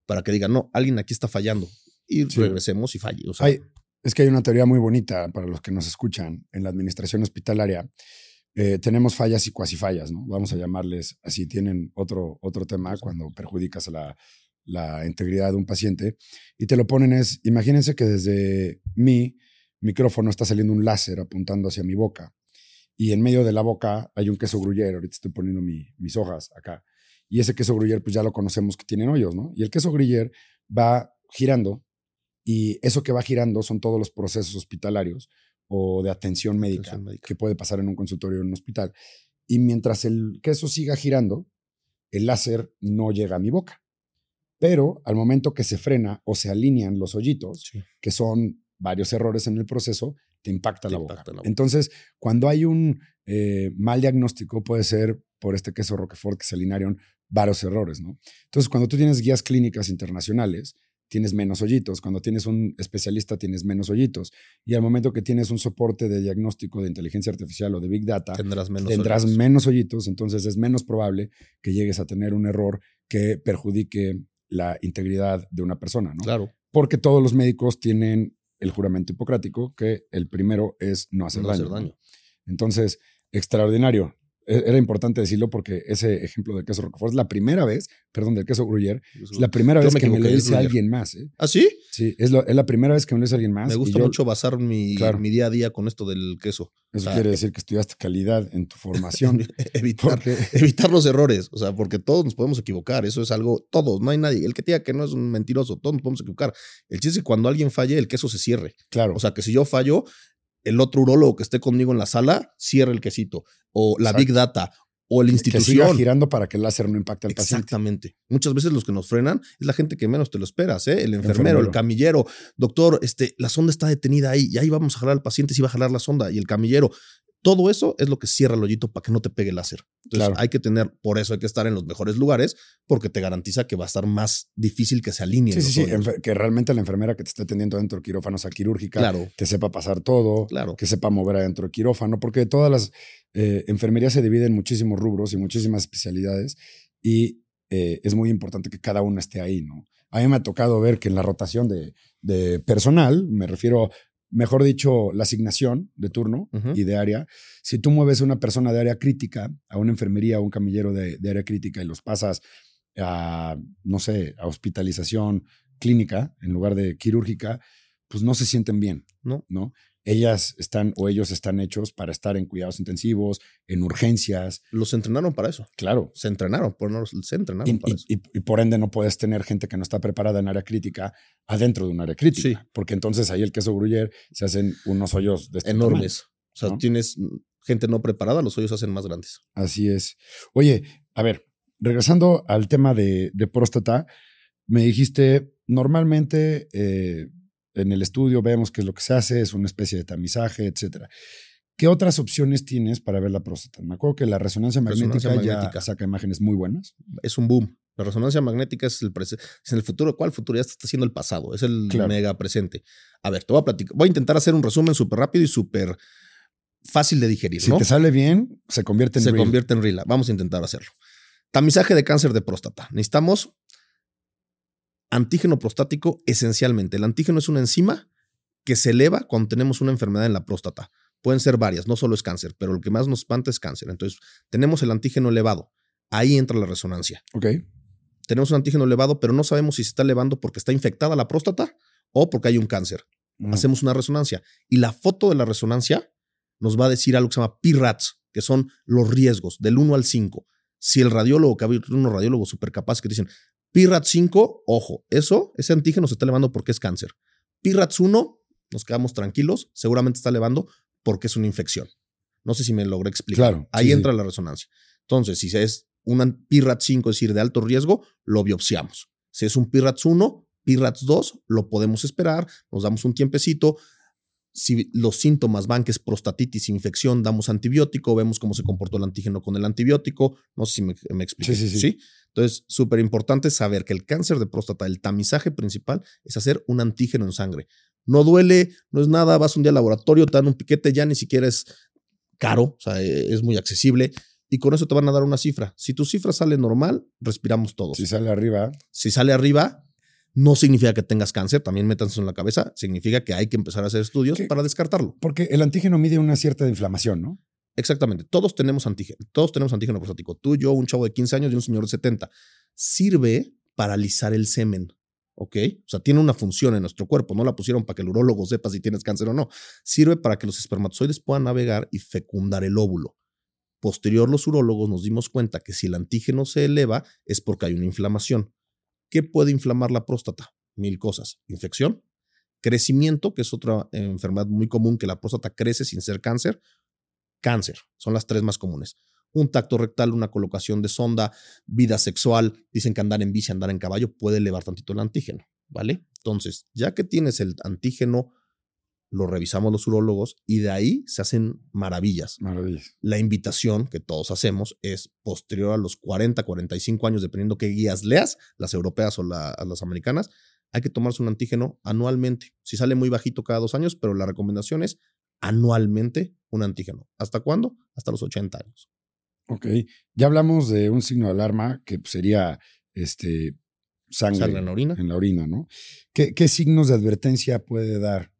para que digan, no, alguien aquí está fallando y Sí. regresemos y falle. O sea, Hay, es que hay una teoría muy bonita para los que nos escuchan en la administración hospitalaria. Eh, tenemos fallas y cuasi fallas, ¿no? Vamos a llamarles así. Tienen otro, otro tema cuando perjudicas a la, la integridad de un paciente y te lo ponen es, imagínense que desde mi micrófono está saliendo un láser apuntando hacia mi boca y en medio de la boca hay un queso gruyere. Ahorita estoy poniendo mi, mis hojas acá. Y ese queso gruyere pues ya lo conocemos que tienen hoyos, ¿no? Y el queso gruyere va girando y eso que va girando son todos los procesos hospitalarios o de atención médica, Atención médica. que puede pasar en un consultorio o en un hospital. Y mientras el queso siga girando, el láser no llega a mi boca. Pero al momento que se frena o se alinean los hoyitos, sí. que son varios errores en el proceso, te impacta, Te la, impacta boca. la boca. Entonces, cuando hay un eh, mal diagnóstico, puede ser por este queso Roquefort que se alinearon varios errores, ¿no? Entonces, cuando tú tienes guías clínicas internacionales, tienes menos hoyitos. Cuando tienes un especialista, tienes menos hoyitos. Y al momento que tienes un soporte de diagnóstico de inteligencia artificial o de Big Data, tendrás menos tendrás hoyitos. menos hoyitos. Entonces es menos probable que llegues a tener un error que perjudique la integridad de una persona, ¿no? Claro. Porque todos los médicos tienen el juramento hipocrático, que el primero es no hacer No daño. hacer daño. ¿no? Entonces, extraordinario. Era importante decirlo porque ese ejemplo del queso Roquefort es la primera vez, perdón, del queso Gruyère, es la primera Yo vez me que me equivoqué, lo es dice Gruyère. alguien más. ¿eh? ¿Ah, sí? Sí, es, lo, es la primera vez que me lo dice alguien más. Me y gusta yo- mucho basar mi, Claro. mi día a día con esto del queso. Eso O sea, quiere decir que estudiaste calidad en tu formación. evitar, porque, evitar los errores. O sea, porque todos nos podemos equivocar. Eso es algo, todos, no hay nadie. El que te diga que no es un mentiroso, todos nos podemos equivocar. El chiste es que cuando alguien falle, el queso se cierre. claro, O sea, que si yo fallo, el otro urólogo que esté conmigo en la sala cierre el quesito. O la Exacto. Big Data. O la que institución. siga girando para que el láser no impacte al paciente. Exactamente. Muchas veces los que nos frenan es la gente que menos te lo esperas, ¿eh? El enfermero, Enfermero. el camillero. Doctor, este, la sonda está detenida ahí y ahí vamos a jalar al paciente si va a jalar la sonda y el camillero. Todo eso es lo que cierra el hoyito para que no te pegue el láser. Entonces Claro. hay que tener, por eso hay que estar en los mejores lugares porque te garantiza que va a estar más difícil que se alineen Sí, sí, los sí. hoyos. enfer- Que realmente la enfermera que te esté atendiendo dentro del quirófano, o sea, quirúrgica, Claro, te sepa pasar todo, claro. que sepa mover adentro del quirófano, porque todas las eh, enfermerías se dividen en muchísimos rubros y muchísimas especialidades y eh, es muy importante que cada una esté ahí, ¿no? A mí me ha tocado ver que en la rotación de, de personal, me refiero, mejor dicho, la asignación de turno Ujú. y de área, si tú mueves a una persona de área crítica a una enfermería o un camillero de, de área crítica y los pasas a, no sé, a hospitalización clínica en lugar de quirúrgica, pues no se sienten bien, ¿No? ¿no? Ellas están o ellos están hechos para estar en cuidados intensivos, en urgencias, Los entrenaron para eso. claro. Se entrenaron, por no, se entrenaron Y, para y- eso. y- y por ende no puedes tener gente que no está preparada en área crítica adentro de un área crítica, Sí. porque entonces ahí el queso Gruyère se hacen unos hoyos de este Enormes. O sea, ¿no? tienes gente no preparada, los hoyos se hacen más grandes. tamaño. Así es. Oye, a ver, regresando al tema de, de próstata, me dijiste, normalmente eh, en el estudio vemos que lo que se hace es una especie de tamizaje, etcétera. ¿Qué otras opciones tienes para ver la próstata? Me acuerdo que la resonancia magnética, Resonancia ya magnética. saca imágenes muy buenas. Es un boom. La resonancia magnética es el presente. Es en el futuro. ¿Cuál futuro? Ya está siendo el pasado. Es el Claro. mega presente. A ver, te voy a platicar. Voy a intentar hacer un resumen súper rápido y súper fácil de digerir, Si ¿no? te sale bien, se convierte en Se real. convierte en rila. Vamos a intentar hacerlo. Tamizaje de cáncer de próstata. Necesitamos antígeno prostático esencialmente. El antígeno es una enzima que se eleva cuando tenemos una enfermedad en la próstata. Pueden ser varias, no solo es cáncer, pero lo que más nos espanta es cáncer. Entonces, tenemos el antígeno elevado. Ahí entra la resonancia. Ok. Tenemos un antígeno elevado, pero no sabemos si se está elevando porque está infectada la próstata o porque hay un cáncer. Mm. Hacemos una resonancia y la foto de la resonancia nos va a decir algo que se llama P RADS, que son los riesgos del uno al cinco. Si el radiólogo, que hay unos radiólogos súper capaces que dicen P RADS cinco, ojo, eso, ese antígeno se está elevando porque es cáncer. P RADS uno, nos quedamos tranquilos, seguramente está elevando porque es una infección. No sé si me logré explicar. Claro, Ahí sí, entra sí. la resonancia. Entonces, si es un P RADS cinco, es decir, de alto riesgo, lo biopsiamos. Si es un P RADS uno, P RADS dos, lo podemos esperar, nos damos un tiempecito. Si los síntomas van que es prostatitis, infección, damos antibiótico, vemos cómo se comportó el antígeno con el antibiótico. No sé si me, me expliqué. Sí, sí, sí. Entonces, súper importante saber que el cáncer de próstata, el tamizaje principal es hacer un antígeno en sangre. No duele, no es nada, vas un día al laboratorio, te dan un piquete, ya ni siquiera es caro, o sea, es muy accesible y con eso te van a dar una cifra. Si tu cifra sale normal, respiramos todos. Si sale arriba, Si sale arriba, No significa que tengas cáncer, también métanse en la cabeza, significa que hay que empezar a hacer estudios ¿Qué? para descartarlo. Porque el antígeno mide una cierta inflamación, ¿no? Exactamente, todos tenemos antígeno, todos tenemos antígeno prostático. Tú, yo, un chavo de quince años y un señor de setenta. Sirve para alisar el semen, ¿ok? O sea, tiene una función en nuestro cuerpo, no la pusieron para que el urólogo sepa si tienes cáncer o no. Sirve para que los espermatozoides puedan navegar y fecundar el óvulo. Posterior, los urólogos nos dimos cuenta que si el antígeno se eleva es porque hay una inflamación. ¿Qué puede inflamar la próstata? Mil cosas. Infección, crecimiento, que es otra enfermedad muy común, que la próstata crece sin ser cáncer. Cáncer, son las tres más comunes. Un tacto rectal, una colocación de sonda, vida sexual, dicen que andar en bici, andar en caballo puede elevar tantito el antígeno, ¿vale? Entonces, ya que tienes el antígeno, lo revisamos los urólogos y de ahí se hacen maravillas. Maravillas. La invitación que todos hacemos es posterior a los cuarenta, cuarenta y cinco años, dependiendo qué guías leas, las europeas o la, las americanas, hay que tomarse un antígeno anualmente. Si sale muy bajito cada dos años, pero la recomendación es anualmente un antígeno. ¿Hasta cuándo? Hasta los ochenta años. Ok. Ya hablamos de un signo de alarma que sería este, sangre, Sangre en la orina. En la orina, ¿no? ¿Qué, qué signos de advertencia puede dar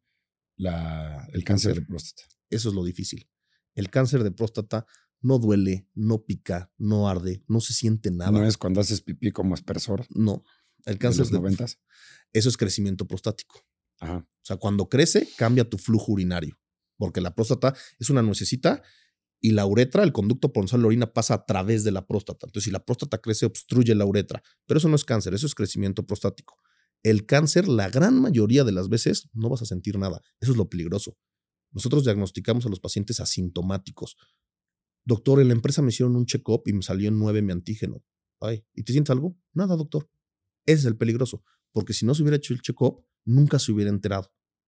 la, el cáncer, cáncer de próstata? Eso es lo difícil. El cáncer de próstata no duele, no pica, no arde, no se siente nada. ¿No es cuando haces pipí como espersor? No. El cáncer de los noventas. Eso es crecimiento prostático. Ajá. O sea, cuando crece, cambia tu flujo urinario. Porque la próstata es una nuececita y la uretra, el conducto por donde sale la orina, pasa a través de la próstata. Entonces, si la próstata crece, obstruye la uretra. Pero eso no es cáncer, eso es crecimiento prostático. El cáncer, la gran mayoría de las veces, no vas a sentir nada. Eso es lo peligroso. Nosotros diagnosticamos a los pacientes asintomáticos. Doctor, en la empresa me hicieron un check-up y me salió en nueve mi antígeno. Ay, ¿y te sientes algo? Nada, doctor. Ese es el peligroso. Porque si no se hubiera hecho el check-up, nunca se hubiera enterado.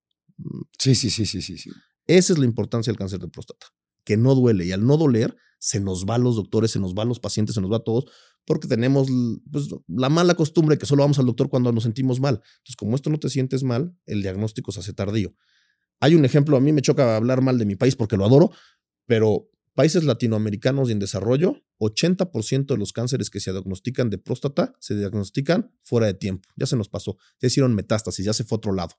Sí, sí, sí, sí, sí, sí. Esa es la importancia del cáncer de próstata, que no duele. Y al no doler, se nos va a los doctores, se nos va a los pacientes, se nos va a todos, porque tenemos pues, la mala costumbre que solo vamos al doctor cuando nos sentimos mal. Entonces, como esto no te sientes mal, el diagnóstico se hace tardío. Hay un ejemplo, a mí me choca hablar mal de mi país porque lo adoro, pero países latinoamericanos y en desarrollo, ochenta por ciento de los cánceres que se diagnostican de próstata se diagnostican fuera de tiempo. Ya se nos pasó, ya hicieron metástasis, ya se fue a otro lado.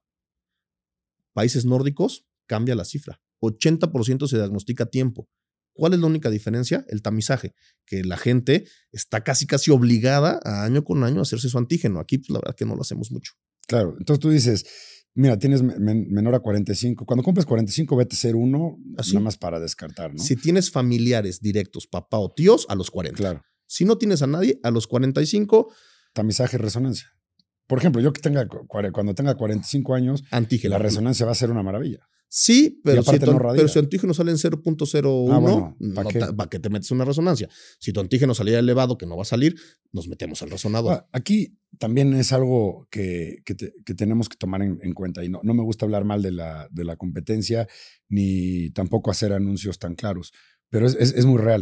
Países nórdicos, cambia la cifra. ochenta por ciento se diagnostica a tiempo. ¿Cuál es la única diferencia? El tamizaje, que la gente está casi casi obligada a año con año a hacerse su antígeno. Aquí, pues, la verdad que no lo hacemos mucho. Claro, entonces tú dices, mira, tienes men menor a cuarenta y cinco. Cuando cumples cuarenta y cinco, vete a ser uno, ¿así? Nada más para descartar, ¿no? Si tienes familiares directos, papá o tíos, a los cuarenta. Claro. Si no tienes a nadie, a los cuarenta y cinco. Tamizaje, resonancia. Por ejemplo, yo que tenga, cuando tenga cuarenta y cinco años, antígeno. La resonancia va a ser una maravilla. Sí, pero si, tu, no pero si antígeno sale en cero punto cero uno, ah, bueno, ¿para, no qué? ¿para qué te metes una resonancia? Si tu antígeno salía elevado, que no va a salir, nos metemos al resonador. Bueno, aquí también es algo que, que, te, que tenemos que tomar en, en cuenta. Y no, no me gusta hablar mal de la, de la competencia, ni tampoco hacer anuncios tan claros, pero es, es, es muy real.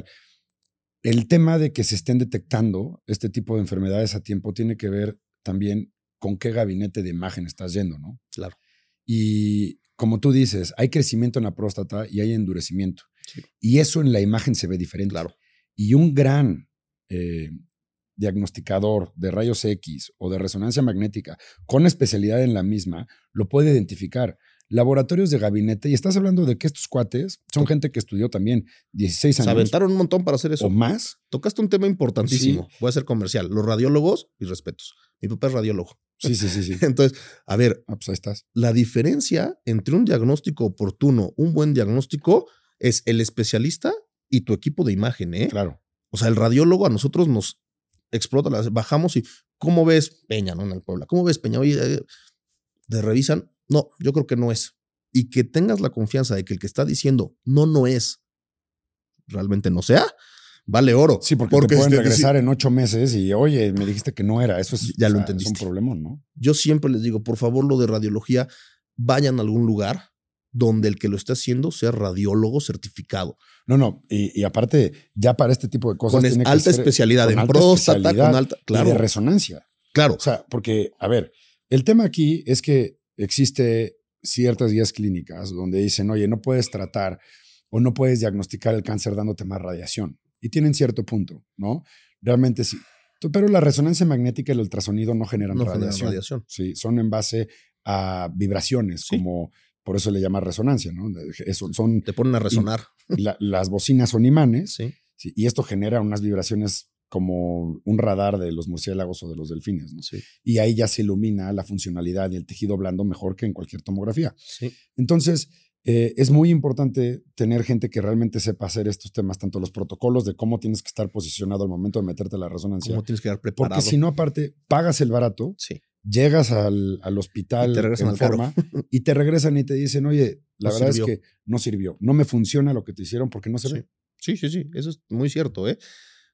El tema de que se estén detectando este tipo de enfermedades a tiempo tiene que ver también con qué gabinete de imagen estás yendo, ¿no? Claro. Y como tú dices, hay crecimiento en la próstata y hay endurecimiento. Sí. Y eso en la imagen se ve diferente. Claro. Y un gran eh, diagnosticador de rayos X o de resonancia magnética con especialidad en la misma lo puede identificar. Laboratorios de gabinete, y estás hablando de que estos cuates son gente que estudió también dieciséis años. Se aventaron un montón para hacer eso. O más. Tocaste un tema importantísimo. Sí. Voy a hacer comercial. Los radiólogos, mis respetos. Mi papá es radiólogo. Sí, sí, sí, sí. Entonces, a ver, ah, pues ahí estás. La diferencia entre un diagnóstico oportuno, un buen diagnóstico, es el especialista y tu equipo de imagen, ¿eh? Claro. O sea, el radiólogo a nosotros nos explota, las bajamos y ¿cómo ves Peña, no? En el Puebla. ¿Cómo ves Peña? Oye, eh, te revisan. No, yo creo que no es. Y que tengas la confianza de que el que está diciendo no, no es, realmente no sea, vale oro. Sí, porque, porque te pueden regresar en ocho meses y, oye, me dijiste que no era. Eso es, ya lo o sea, entendiste. Es un problemón, ¿no? Yo siempre les digo, por favor, lo de radiología, vayan a algún lugar donde el que lo esté haciendo sea radiólogo certificado. No, no, y, y aparte, ya para este tipo de cosas con tiene alta que ser especialidad en alta próstata, especialidad con alta, claro. Y de resonancia. Claro. O sea, porque, a ver, el tema aquí es que existe ciertas guías clínicas donde dicen, oye, no puedes tratar o no puedes diagnosticar el cáncer dándote más radiación. Y tienen cierto punto, ¿no? Realmente sí. Pero la resonancia magnética y el ultrasonido no generan No radiación. generan radiación. Sí, son en base a vibraciones, Sí. como por eso le llama resonancia, ¿no? Eso, son, Te ponen a resonar. la, las bocinas son imanes, Sí. sí, y esto genera unas vibraciones como un radar de los murciélagos o de los delfines, ¿no? Sí. Y ahí ya se ilumina la funcionalidad y el tejido blando mejor que en cualquier tomografía. Sí. Entonces, eh, es muy importante tener gente que realmente sepa hacer estos temas, tanto los protocolos de cómo tienes que estar posicionado al momento de meterte la resonancia. Cómo tienes que estar preparado. Porque si no, aparte, pagas el barato, sí. llegas al, al hospital y te regresan en al forma carro. y te regresan y te dicen, oye, la No verdad sirvió. es que no sirvió, no me funciona lo que te hicieron porque no se Sí. ve. Sí, sí, sí, eso es muy cierto, ¿eh?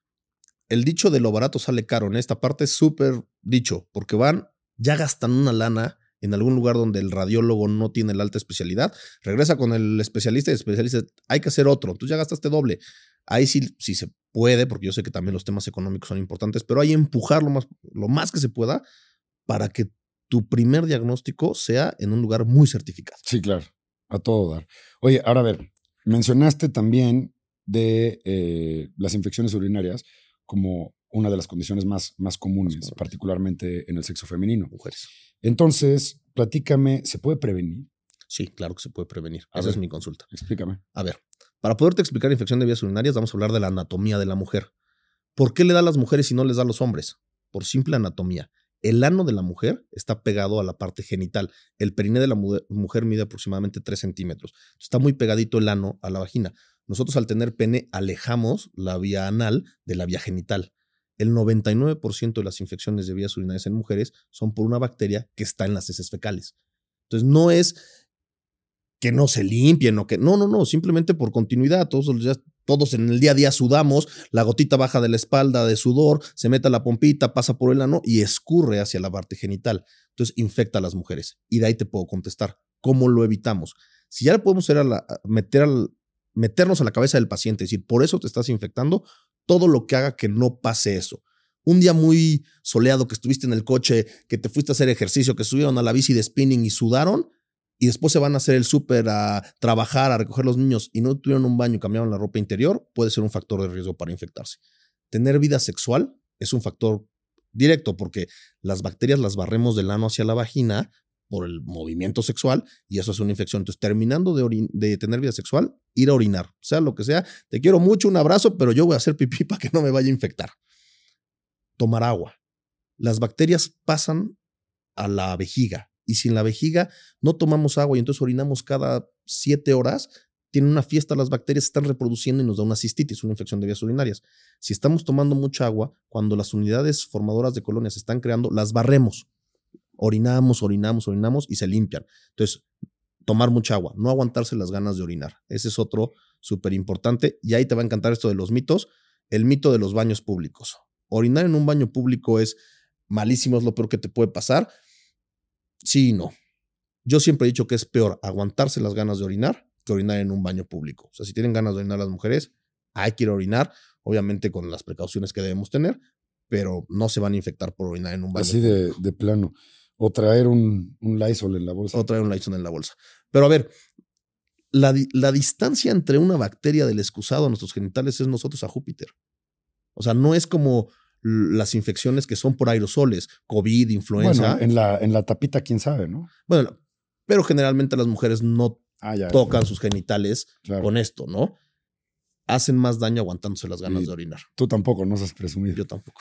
El dicho de lo barato sale caro en esta parte es súper dicho, porque van, ya gastan una lana en algún lugar donde el radiólogo no tiene la alta especialidad, regresa con el especialista y el especialista dice, hay que hacer otro, tú ya gastaste doble. Ahí sí, sí se puede, porque yo sé que también los temas económicos son importantes, pero hay que empujar lo más, lo más que se pueda para que tu primer diagnóstico sea en un lugar muy certificado. Sí, claro, a todo dar. Oye, ahora a ver, mencionaste también de eh, las infecciones urinarias como una de las condiciones más, más comunes, más particularmente en el sexo femenino. Mujeres. Entonces, platícame, ¿se puede prevenir? Sí, claro que se puede prevenir. A Esa ver, es mi consulta. Explícame. A ver, para poderte explicar infección de vías urinarias, vamos a hablar de la anatomía de la mujer. ¿Por qué le da a las mujeres y no les da a los hombres? Por simple anatomía. El ano de la mujer está pegado a la parte genital. El periné de la mu- mujer mide aproximadamente tres centímetros. Está muy pegadito el ano a la vagina. Nosotros al tener pene alejamos la vía anal de la vía genital. El noventa y nueve por ciento de las infecciones de vías urinarias en mujeres son por una bacteria que está en las heces fecales. Entonces no es que no se limpien o que... No, no, no. Simplemente por continuidad. Todos los días, todos en el día a día sudamos, la gotita baja de la espalda de sudor, se mete a la pompita, pasa por el ano y escurre hacia la parte genital. Entonces infecta a las mujeres. Y de ahí te puedo contestar. ¿Cómo lo evitamos? Si ya le podemos hacer a la, a meter al, meternos a la cabeza del paciente, es decir, por eso te estás infectando, todo lo que haga que no pase eso. Un día muy soleado que estuviste en el coche, que te fuiste a hacer ejercicio, que subieron a la bici de spinning y sudaron, y después se van a hacer el súper, a trabajar, a recoger los niños y no tuvieron un baño y cambiaron la ropa interior, puede ser un factor de riesgo para infectarse. Tener vida sexual es un factor directo porque las bacterias las barremos del ano hacia la vagina por el movimiento sexual y eso es una infección. Entonces, terminando de, orin- de tener vida sexual, ir a orinar, sea lo que sea. Te quiero mucho, un abrazo, pero yo voy a hacer pipí para que no me vaya a infectar. Tomar agua. Las bacterias pasan a la vejiga. Y si en la vejiga no tomamos agua y entonces orinamos cada siete horas, tienen una fiesta, las bacterias se están reproduciendo y nos da una cistitis, una infección de vías urinarias. Si estamos tomando mucha agua, cuando las unidades formadoras de colonias se están creando, las barremos. Orinamos, orinamos, orinamos y se limpian. Entonces, tomar mucha agua, no aguantarse las ganas de orinar. Ese es otro súper importante. Y ahí te va a encantar esto de los mitos. El mito de los baños públicos. Orinar en un baño público es malísimo, es lo peor que te puede pasar. Sí y no. Yo siempre he dicho que es peor aguantarse las ganas de orinar que orinar en un baño público. O sea, si tienen ganas de orinar las mujeres, hay que ir a orinar, obviamente con las precauciones que debemos tener, pero no se van a infectar por orinar en un baño Así público. de, de plano. O traer un, un Lysol en la bolsa. O traer un Lysol en la bolsa. Pero a ver, la, di- la distancia entre una bacteria del excusado a nuestros genitales es nosotros a Júpiter. O sea, no es como las infecciones que son por aerosoles, COVID, influenza. Bueno, en la, en la tapita, quién sabe, ¿no? Bueno, pero generalmente las mujeres no Ah, ya. tocan sus genitales Claro. con esto, ¿no? Hacen más daño aguantándose las ganas Y de orinar. Tú tampoco, no seas presumido. Yo tampoco.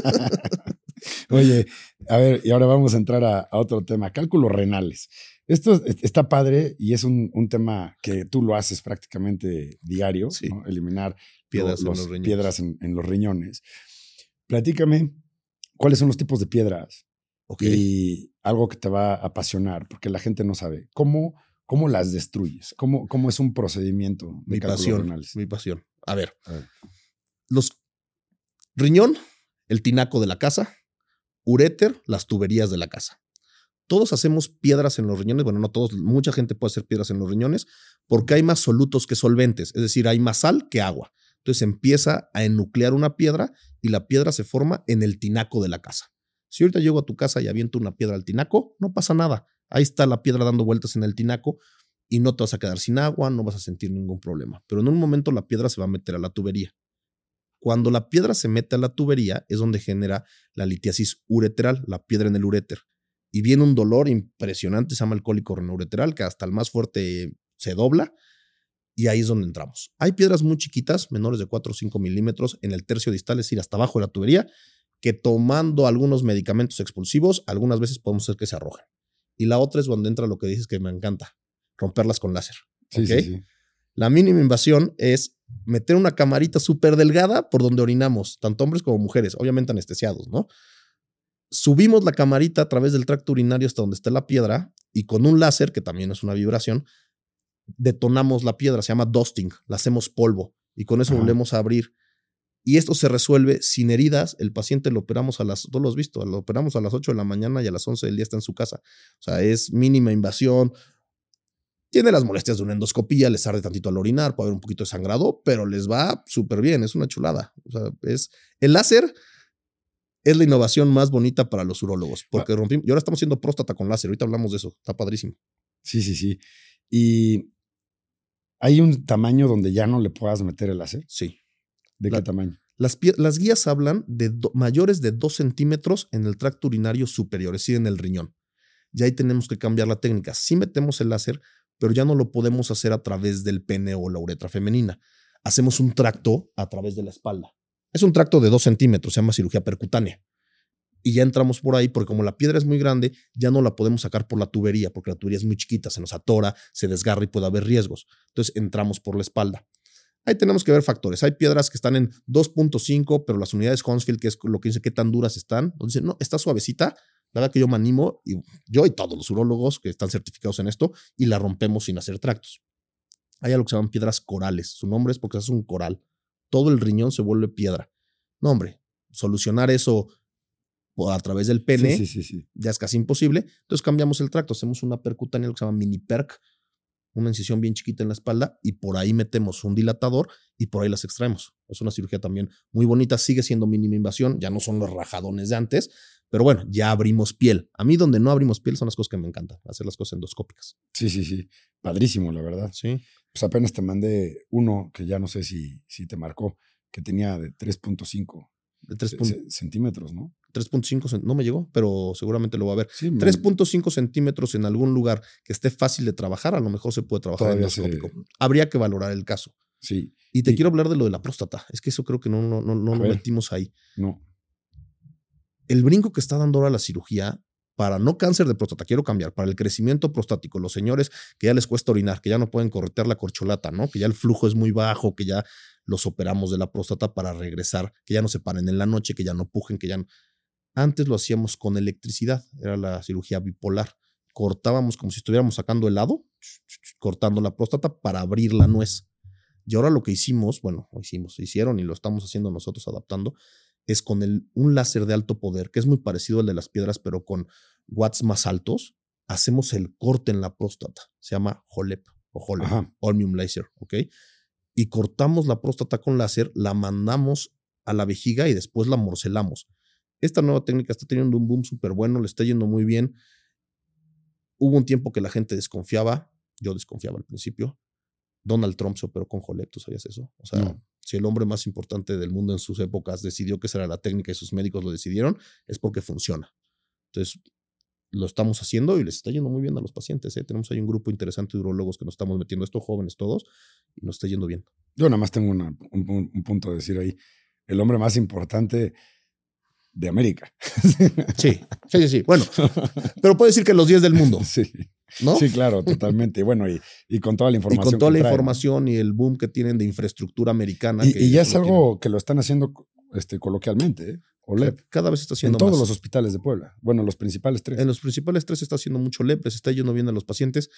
Oye, a ver, y ahora vamos a entrar a, a otro tema, cálculos renales. Esto es- está padre y es un, un tema que tú lo haces prácticamente diario, Sí. ¿no? Eliminar Piedras lo- en los- los riñones. piedras en, en los riñones. Platícame cuáles son los tipos de piedras Ok. y algo que te va a apasionar, porque la gente no sabe. ¿Cómo, cómo las destruyes? ¿Cómo, cómo es un procedimiento de Mi cálculos pasión. renales? Mi pasión. A ver, A ver. los riñón, el tinaco de la casa, uréter, las tuberías de la casa. Todos hacemos piedras en los riñones, bueno, no todos, mucha gente puede hacer piedras en los riñones porque hay más solutos que solventes, es decir, hay más sal que agua. Entonces empieza a enuclear una piedra y la piedra se forma en el tinaco de la casa. Si ahorita llego a tu casa y aviento una piedra al tinaco, no pasa nada. Ahí está la piedra dando vueltas en el tinaco y no te vas a quedar sin agua, no vas a sentir ningún problema. Pero en un momento la piedra se va a meter a la tubería. Cuando la piedra se mete a la tubería es donde genera la litiasis ureteral, la piedra en el uréter. Y viene un dolor impresionante, se llama el cólico renoureteral, que hasta el más fuerte se dobla. Y ahí es donde entramos. Hay piedras muy chiquitas, menores de cuatro o cinco milímetros, en el tercio distal, es decir, hasta abajo de la tubería, que tomando algunos medicamentos expulsivos, algunas veces podemos hacer que se arrojen. Y la otra es donde entra lo que dices que me encanta, romperlas con láser. Sí, ¿Okay? sí, sí. La mínima invasión es meter una camarita súper delgada por donde orinamos, tanto hombres como mujeres, obviamente anestesiados, ¿no? Subimos la camarita a través del tracto urinario hasta donde está la piedra y con un láser, que también es una vibración, detonamos la piedra, se llama dusting, la hacemos polvo y con eso Ajá. volvemos a abrir. Y esto se resuelve sin heridas. El paciente lo operamos a las, tú lo has visto, lo operamos a las ocho de la mañana y a las once del día está en su casa. O sea, es mínima invasión. Tiene las molestias de una endoscopía, les arde tantito al orinar, puede haber un poquito de sangrado, pero les va súper bien, es una chulada. O sea, es, el láser es la innovación más bonita para los urólogos, porque rompimos, y ahora estamos haciendo próstata con láser, ahorita hablamos de eso, está padrísimo. Sí, sí, sí. Y ¿hay un tamaño donde ya no le puedas meter el láser? Sí. ¿De La, qué tamaño? Las, las guías hablan de do, mayores de dos centímetros en el tracto urinario superior, es decir, en el riñón. Y ahí tenemos que cambiar la técnica. Sí metemos el láser, pero ya no lo podemos hacer a través del pene o la uretra femenina. Hacemos un tracto a través de la espalda. Es un tracto de dos centímetros, se llama cirugía percutánea. Y ya entramos por ahí, porque como la piedra es muy grande, ya no la podemos sacar por la tubería, porque la tubería es muy chiquita, se nos atora, se desgarra y puede haber riesgos. Entonces entramos por la espalda. Ahí tenemos que ver factores. Hay piedras que están en dos punto cinco, pero las unidades Hounsfield, que es lo que dice qué tan duras están, dicen, no, está suavecita. La verdad que yo me animo, y yo y todos los urólogos que están certificados en esto, y la rompemos sin hacer tractos. Hay algo que se llaman piedras corales. Su nombre es porque es un coral. Todo el riñón se vuelve piedra. No, hombre, solucionar eso a través del pene sí, sí, sí, sí. ya es casi imposible. Entonces cambiamos el tracto, hacemos una percutánea, lo que se llama mini perc, una incisión bien chiquita en la espalda y por ahí metemos un dilatador y por ahí las extraemos. Es una cirugía también muy bonita, sigue siendo mínima invasión, ya no son los rajadones de antes, pero bueno, ya abrimos piel. A mí donde no abrimos piel son las cosas que me encantan, hacer las cosas endoscópicas. Sí, sí, sí. Padrísimo, la verdad. Sí. Pues apenas te mandé uno que ya no sé si, si te marcó, que tenía de tres punto cinco de tres centímetros, ¿no? tres punto cinco, no me llegó, pero seguramente lo va a ver. Sí, tres punto cinco centímetros en algún lugar que esté fácil de trabajar, a lo mejor se puede trabajar endoscópico. Se... Habría que valorar el caso. Sí. Y te y... quiero hablar de lo de la próstata. Es que eso creo que no, no, no, no lo ver. metimos ahí. No. El brinco que está dando ahora la cirugía para no cáncer de próstata, quiero cambiar, para el crecimiento prostático, los señores que ya les cuesta orinar, que ya no pueden corretear la corcholata, ¿no? Que ya el flujo es muy bajo, que ya los operamos de la próstata para regresar, que ya no se paren en la noche, que ya no pujen, que ya no... Antes lo hacíamos con electricidad, era la cirugía bipolar. Cortábamos como si estuviéramos sacando helado, cortando la próstata para abrir la nuez. Y ahora lo que hicimos, bueno, lo hicimos, hicieron y lo estamos haciendo nosotros adaptando, es con el, un láser de alto poder, que es muy parecido al de las piedras, pero con watts más altos, hacemos el corte en la próstata. Se llama HOLEP o HOLEP, Holmium Laser, ¿ok? Y cortamos la próstata con láser, la mandamos a la vejiga y después la morcelamos. Esta nueva técnica está teniendo un boom súper bueno, le está yendo muy bien. Hubo un tiempo que la gente desconfiaba, yo desconfiaba al principio. Donald Trump se operó con HOLEP, ¿tú sabías eso? O sea, no. Si el hombre más importante del mundo en sus épocas decidió que esa era la técnica y sus médicos lo decidieron, es porque funciona. Entonces, lo estamos haciendo y les está yendo muy bien a los pacientes, ¿eh? Tenemos ahí un grupo interesante de urólogos que nos estamos metiendo, estos jóvenes todos, y nos está yendo bien. Yo nada más tengo una, un, un punto de decir ahí. El hombre más importante de América. Sí, sí, sí, sí. Bueno, pero puede decir que los diez del mundo. Sí. ¿No? Sí, claro, totalmente. Y bueno, y, y con toda la información. Y con toda la trae, información, ¿no? Y el boom que tienen de infraestructura americana. Y, que y ya es algo tienen. que lo están haciendo este, coloquialmente, ¿eh? HOLEP. Cada vez está haciendo en todos más. los hospitales de Puebla. Bueno, los principales tres. En los principales tres se está haciendo mucho HOLEP, les está yendo bien a los pacientes.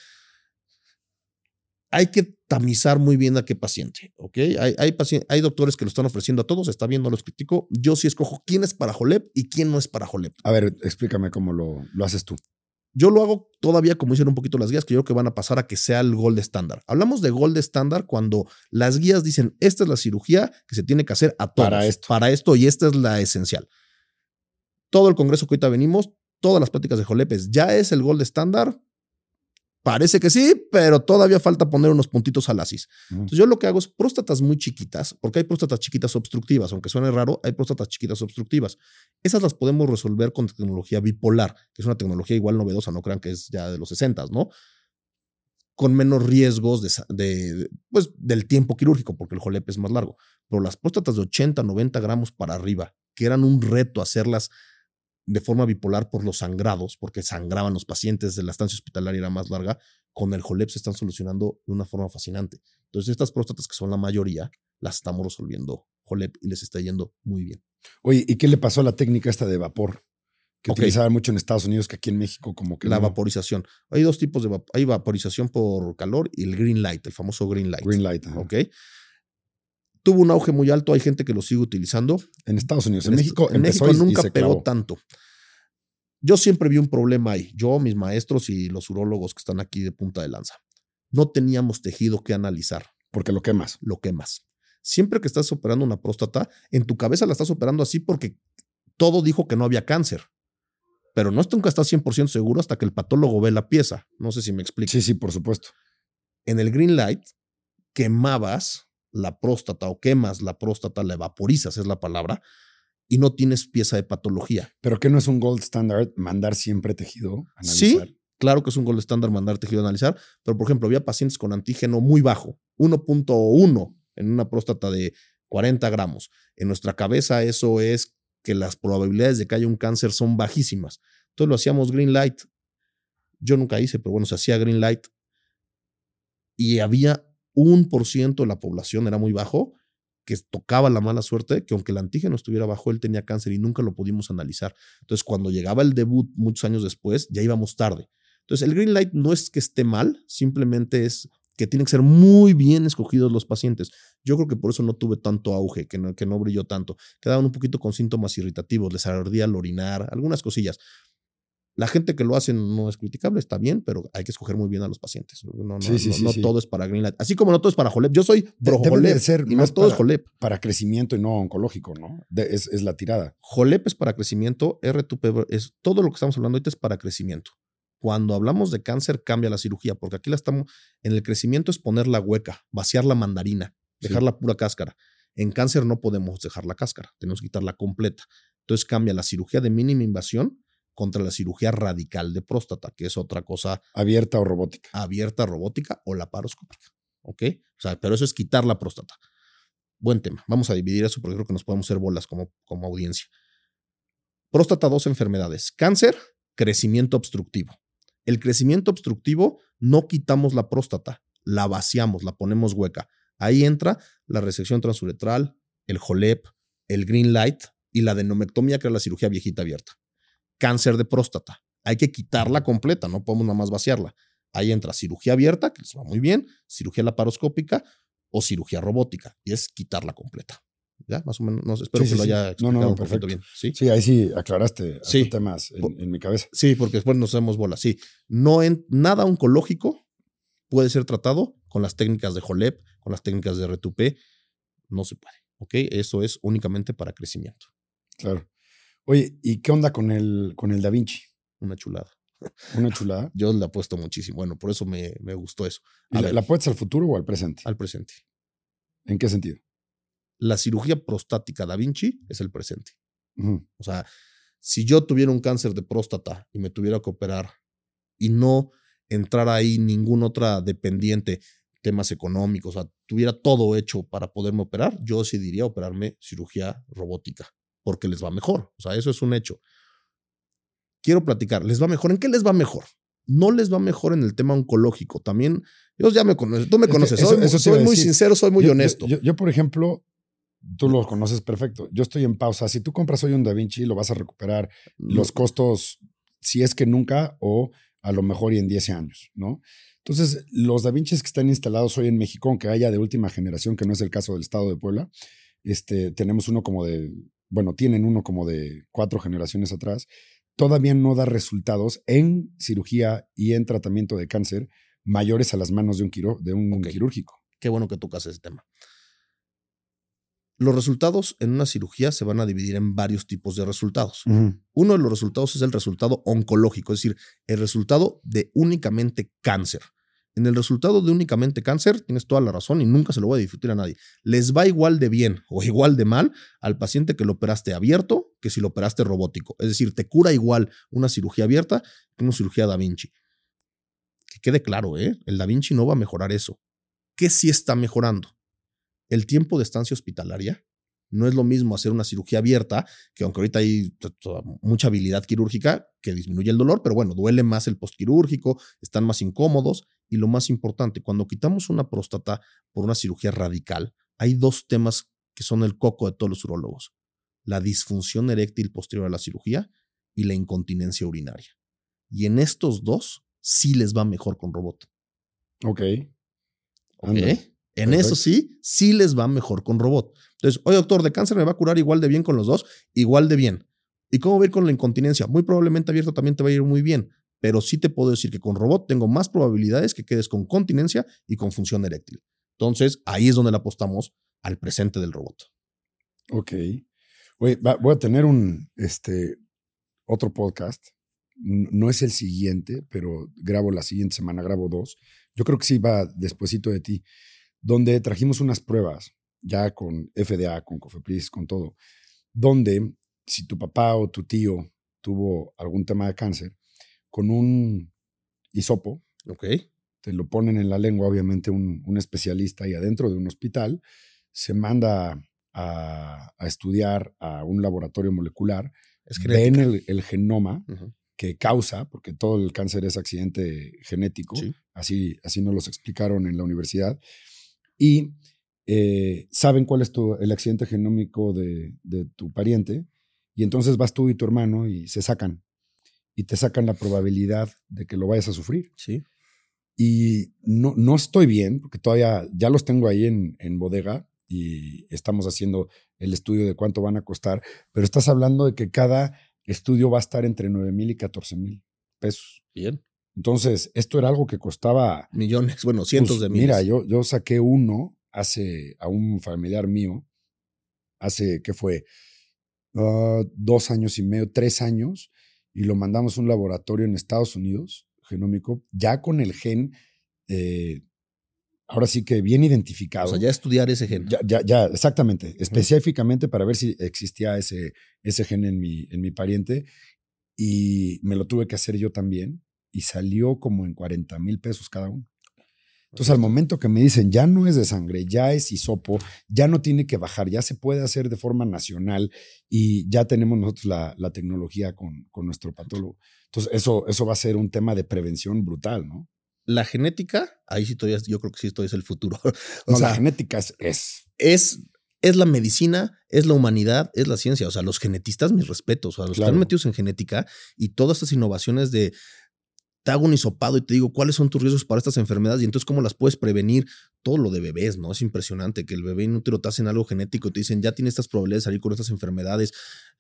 Hay que tamizar muy bien a qué paciente, ¿ok? Hay, hay, paciente, hay doctores que lo están ofreciendo a todos, está viendo, los critico. Yo sí escojo quién es para HOLEP y quién no es para HOLEP. A ver, explícame cómo lo, lo haces tú. Yo lo hago todavía, como hicieron un poquito las guías, que yo creo que van a pasar a que sea el gold estándar. Hablamos de gold estándar cuando las guías dicen, esta es la cirugía que se tiene que hacer a todos. Para esto. Para esto, y esta es la esencial. Todo el congreso que ahorita venimos, todas las pláticas de HOLEP es, ya es el gold estándar, Parece que sí, pero todavía falta poner unos puntitos al ASIS. Uh-huh. Entonces yo lo que hago es próstatas muy chiquitas, porque hay próstatas chiquitas obstructivas, aunque suene raro, hay próstatas chiquitas obstructivas. Esas las podemos resolver con tecnología bipolar, que es una tecnología igual novedosa, no crean que es ya de los sesentas, ¿no? Con menos riesgos de, de, pues, del tiempo quirúrgico, porque el Holep es más largo. Pero las próstatas de ochenta, noventa gramos para arriba, que eran un reto hacerlas de forma bipolar por los sangrados, porque sangraban los pacientes, de la estancia hospitalaria era más larga, con el Holep se están solucionando de una forma fascinante. Entonces estas próstatas, que son la mayoría, las estamos resolviendo Holep y les está yendo muy bien. Oye, ¿y qué le pasó a la técnica esta de vapor? Que okay. utilizaban mucho en Estados Unidos, que aquí en México como que La no. vaporización. Hay dos tipos de vap hay vaporización por calor y el green light, el famoso green light. Green light. Ajá. Ok. Tuvo un auge muy alto, hay gente que lo sigue utilizando. En Estados Unidos, en, en México En México y, nunca y se pegó clavó. tanto. Yo siempre vi un problema ahí. Yo, mis maestros y los urólogos que están aquí de punta de lanza. No teníamos tejido que analizar. Porque lo quemas. Lo quemas. Siempre que estás operando una próstata, en tu cabeza la estás operando así porque todo dijo que no había cáncer. Pero no nunca estás cien por ciento seguro hasta que el patólogo ve la pieza. No sé si me explico. Sí, sí, por supuesto. En el green light, quemabas la próstata o quemas la próstata, la vaporizas, es la palabra, y no tienes pieza de patología. ¿Pero qué no es un gold standard mandar siempre tejido a analizar? Sí, claro que es un gold standard mandar tejido a analizar, pero por ejemplo, había pacientes con antígeno muy bajo, uno punto uno en una próstata de cuarenta gramos. En nuestra cabeza eso es que las probabilidades de que haya un cáncer son bajísimas. Entonces lo hacíamos green light. Yo nunca hice, pero bueno, se hacía green light. Y había un por ciento de la población, era muy bajo, que tocaba la mala suerte, que aunque el antígeno estuviera bajo, él tenía cáncer y nunca lo pudimos analizar. Entonces, cuando llegaba el debut muchos años después, ya íbamos tarde. Entonces, el green light no es que esté mal, simplemente es que tienen que ser muy bien escogidos los pacientes. Yo creo que por eso no tuve tanto auge, que no, que no brilló tanto. Quedaban un poquito con síntomas irritativos, les ardía al orinar, algunas cosillas. La gente que lo hace no es criticable, está bien, pero hay que escoger muy bien a los pacientes. No, no, sí, sí, no, sí, no sí. todo es para green light. Así como no todo es para Holep. Yo soy pro de, Holep de ser y más no todo para, es Holep. Para crecimiento y no oncológico, ¿no? De, es, es la tirada. Holep es para crecimiento, R two P es todo lo que estamos hablando ahorita es para crecimiento. Cuando hablamos de cáncer, cambia la cirugía, porque aquí la estamos, en el crecimiento es poner la hueca, vaciar la mandarina, dejar sí. la pura cáscara. En cáncer no podemos dejar la cáscara, tenemos que quitarla completa. Entonces cambia la cirugía de mínima invasión contra la cirugía radical de próstata, que es otra cosa. Abierta o robótica. Abierta, robótica o laparoscópica. ¿Ok? O sea, pero eso es quitar la próstata. Buen tema. Vamos a dividir eso porque creo que nos podemos hacer bolas como, como audiencia. Próstata, dos enfermedades. Cáncer, crecimiento obstructivo. El crecimiento obstructivo, no quitamos la próstata, la vaciamos, la ponemos hueca. Ahí entra la resección transuretral, el Holep, el green light y la adenomectomía, que es la cirugía viejita abierta. Cáncer de próstata, hay que quitarla completa, no podemos nada más vaciarla. Ahí entra cirugía abierta, que les va muy bien, cirugía laparoscópica o cirugía robótica, y es quitarla completa. Ya, más o menos, no, espero sí, que sí, lo haya sí. explicado no, no, un perfecto. poquito bien. ¿Sí? sí, ahí sí aclaraste sí. temas en, en mi cabeza. Sí, porque después nos hacemos bolas. Sí, no en, nada oncológico puede ser tratado con las técnicas de Holep, con las técnicas de R two P. No se puede, ¿ok? Eso es únicamente para crecimiento. Claro. Oye, ¿y qué onda con el, con el Da Vinci? Una chulada. ¿Una chulada? Yo le apuesto muchísimo. Bueno, por eso me, me gustó eso. ¿Y la, ¿La apuestas al futuro o al presente? Al presente. ¿En qué sentido? La cirugía prostática Da Vinci es el presente. Uh-huh. O sea, si yo tuviera un cáncer de próstata y me tuviera que operar y no entrara ahí ningún otra dependiente, temas económicos, o sea, tuviera todo hecho para poderme operar, yo decidiría operarme cirugía robótica porque les va mejor. O sea, eso es un hecho. Quiero platicar, ¿les va mejor? ¿En qué les va mejor? No les va mejor en el tema oncológico. También, ellos ya me conocen, tú me es conoces, eso, soy, eso soy muy sincero, soy muy yo, honesto. Yo, yo, yo, por ejemplo, tú lo conoces perfecto. Yo estoy en pausa. Si tú compras hoy un Da Vinci, lo vas a recuperar no. los costos, si es que nunca, o a lo mejor y en diez años, ¿no? Entonces, los Da Vincis que están instalados hoy en México, aunque haya de última generación, que no es el caso del estado de Puebla, este, tenemos uno como de, bueno, tienen uno como de cuatro generaciones atrás, todavía no da resultados en cirugía y en tratamiento de cáncer mayores a las manos de un, quiro, de un okay. quirúrgico. Qué bueno que tocas ese tema. los resultados en una cirugía se van a dividir en varios tipos de resultados. Uh-huh. Uno de los resultados es el resultado oncológico, es decir, el resultado de únicamente cáncer. En el resultado de únicamente cáncer, tienes toda la razón y nunca se lo voy a discutir a nadie. Les va igual de bien o igual de mal al paciente que lo operaste abierto que si lo operaste robótico. Es decir, te cura igual una cirugía abierta que una cirugía Da Vinci. Que quede claro, ¿eh? El Da Vinci no va a mejorar eso. ¿Qué sí está mejorando? El tiempo de estancia hospitalaria. No es lo mismo hacer una cirugía abierta, que aunque ahorita hay mucha habilidad quirúrgica que disminuye el dolor, pero bueno, duele más el postquirúrgico, están más incómodos. Y lo más importante, cuando quitamos una próstata por una cirugía radical, hay dos temas que son el coco de todos los urólogos: la disfunción eréctil posterior a la cirugía y la incontinencia urinaria. Y en estos dos sí les va mejor con robot. Ok. Ok. En eso sí, sí les va mejor con robot. Entonces, oye, doctor, ¿de cáncer me va a curar igual de bien con los dos? Igual de bien. ¿Y cómo va a ir con la incontinencia? Muy probablemente abierto también te va a ir muy bien. Pero sí te puedo decir que con robot tengo más probabilidades que quedes con continencia y con función eréctil. Entonces, ahí es donde le apostamos al presente del robot. Ok. Oye, va, voy a tener un, este, otro podcast. No es el siguiente, pero grabo la siguiente semana, grabo dos. Yo creo que sí va despuesito de ti, donde trajimos unas pruebas ya con F D A, con COFEPRIS, con todo, donde si tu papá o tu tío tuvo algún tema de cáncer, con un hisopo, okay, te lo ponen en la lengua, obviamente un, un especialista ahí adentro de un hospital, se manda a, a estudiar a un laboratorio molecular, es ven el, el genoma uh-huh. que causa, porque todo el cáncer es accidente genético, sí. así, así nos los explicaron en la universidad, y eh, saben cuál es tu, el accidente genómico de, de tu pariente, y entonces vas tú y tu hermano y se sacan, y te sacan la probabilidad de que lo vayas a sufrir. Sí. Y no, no estoy bien, porque todavía ya los tengo ahí en, en bodega y estamos haciendo el estudio de cuánto van a costar, pero estás hablando de que cada estudio va a estar entre nueve mil y catorce mil pesos. Bien. Entonces, esto era algo que costaba... Millones, bueno, cientos pues, de miles. Mira, yo, yo saqué uno hace a un familiar mío, hace, ¿qué fue? Uh, dos años y medio, tres años, y lo mandamos a un laboratorio en Estados Unidos, genómico, ya con el gen, eh, ahora sí que bien identificado. O sea, ya estudiar ese gen. Ya, ya, ya exactamente, uh-huh. Específicamente para ver si existía ese, ese gen en mi, en mi pariente, y me lo tuve que hacer yo también, y salió como en cuarenta mil pesos cada uno. Entonces, al momento que me dicen, ya no es de sangre, ya es hisopo, ya no tiene que bajar, ya se puede hacer de forma nacional y ya tenemos nosotros la, la tecnología con, con nuestro patólogo. Entonces, eso, eso va a ser un tema de prevención brutal, ¿no? La genética, ahí sí todavía, yo creo que sí esto es el futuro. O no, sea, la genética es, es... Es... Es la medicina, es la humanidad, es la ciencia. O sea, los genetistas, mis respetos. O sea, los claro. que están metidos en genética y todas estas innovaciones de te hago un hisopado y te digo cuáles son tus riesgos para estas enfermedades y entonces cómo las puedes prevenir. Todo lo de bebés, ¿no? Es impresionante que el bebé inútero te hacen algo genético y te dicen ya tiene estas probabilidades de salir con estas enfermedades.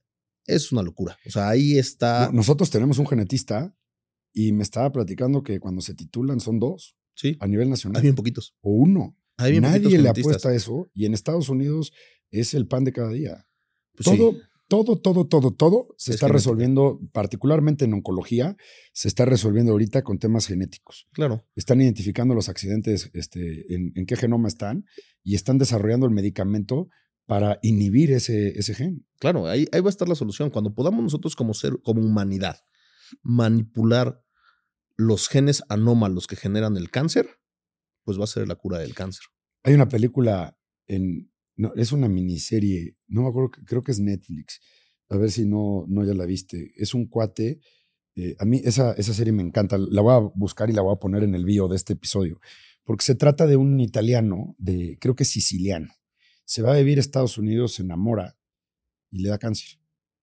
Es una locura. O sea, ahí está. No, nosotros tenemos un genetista y me estaba platicando que cuando se titulan son dos. Sí. A nivel nacional. Hay bien poquitos. O uno. Hay bien Nadie le apuesta a eso y en Estados Unidos es el pan de cada día. Pues todo, sí. todo, todo, todo, todo se es está genética. resolviendo, particularmente en oncología, se está resolviendo ahorita con temas genéticos. Claro. Están identificando los accidentes, este, en, en qué genoma están y están desarrollando el medicamento para inhibir ese, ese gen. Claro, ahí, ahí va a estar la solución. Cuando podamos nosotros como ser, como humanidad, manipular los genes anómalos que generan el cáncer, pues va a ser la cura del cáncer. Hay una película, en, no, es una miniserie, no me acuerdo, creo que es Netflix, a ver si no, no ya la viste. Es un cuate, eh, a mí esa, esa serie me encanta, la voy a buscar y la voy a poner en el bio de este episodio, porque se trata de un italiano, de, creo que es siciliano, se va a vivir a Estados Unidos, se enamora y le da cáncer.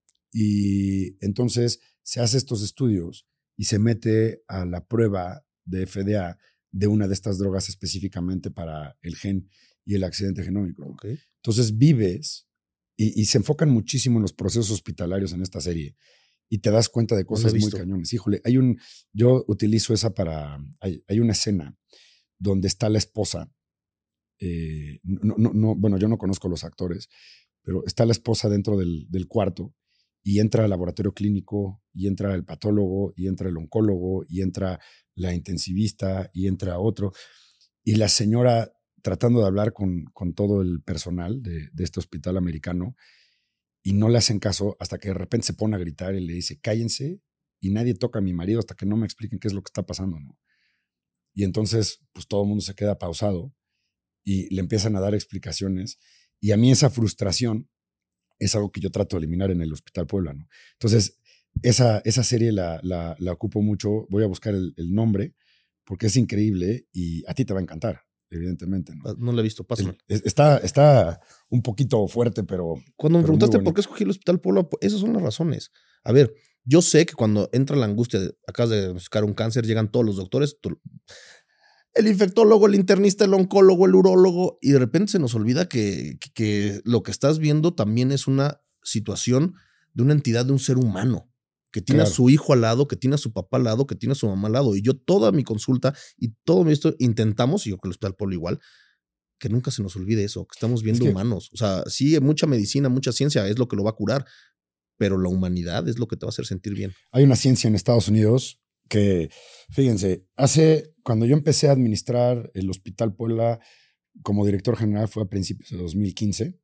Y entonces se hace estos estudios y se mete a la prueba de F D A de una de estas drogas específicamente para el gen y el accidente genómico. Okay. Entonces vives y, y se enfocan muchísimo en los procesos hospitalarios en esta serie y te das cuenta de cosas no muy cañones. Híjole, hay un, yo utilizo esa para, hay, hay una escena donde está la esposa eh, no, no, no, bueno, yo no conozco los actores, pero está la esposa dentro del, del cuarto y entra el laboratorio clínico y entra el patólogo y entra el oncólogo y entra la intensivista y entra otro. Y la señora tratando de hablar con, con todo el personal de, de este hospital americano y no le hacen caso hasta que de repente se pone a gritar y le dice, cállense y nadie toca a mi marido hasta que no me expliquen qué es lo que está pasando, ¿no? Y entonces, pues todo el mundo se queda pausado y le empiezan a dar explicaciones. Y a mí esa frustración es algo que yo trato de eliminar en el Hospital Puebla, ¿no? Entonces, esa, esa serie la, la, la ocupo mucho. Voy a buscar el, el nombre porque es increíble y a ti te va a encantar, evidentemente, ¿no? No la he visto, pásame. El, está, está un poquito fuerte, pero... Cuando me pero preguntaste por qué escogí el Hospital Puebla, esas son las razones. A ver, yo sé que cuando entra la angustia, de, acabas de buscar un cáncer, llegan todos los doctores, tú, el infectólogo, el internista, el oncólogo, el urólogo, y de repente se nos olvida que, que, que lo que estás viendo también es una situación de una entidad de un ser humano, que tiene claro. a su hijo al lado, que tiene a su papá al lado, que tiene a su mamá al lado. Y yo toda mi consulta y todo esto intentamos, y yo con el Hospital Puebla igual, que nunca se nos olvide eso, que estamos viendo es que, humanos. O sea, sí, mucha medicina, mucha ciencia es lo que lo va a curar, pero la humanidad es lo que te va a hacer sentir bien. Hay una ciencia en Estados Unidos que, fíjense, hace, cuando yo empecé a administrar el Hospital Puebla como director general fue a principios de dos mil quince,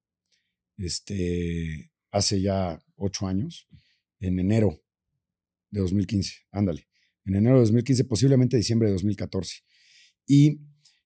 este, hace ya ocho años, en enero de dos mil quince, ándale, en enero de dos mil quince, posiblemente diciembre de dos mil catorce. Y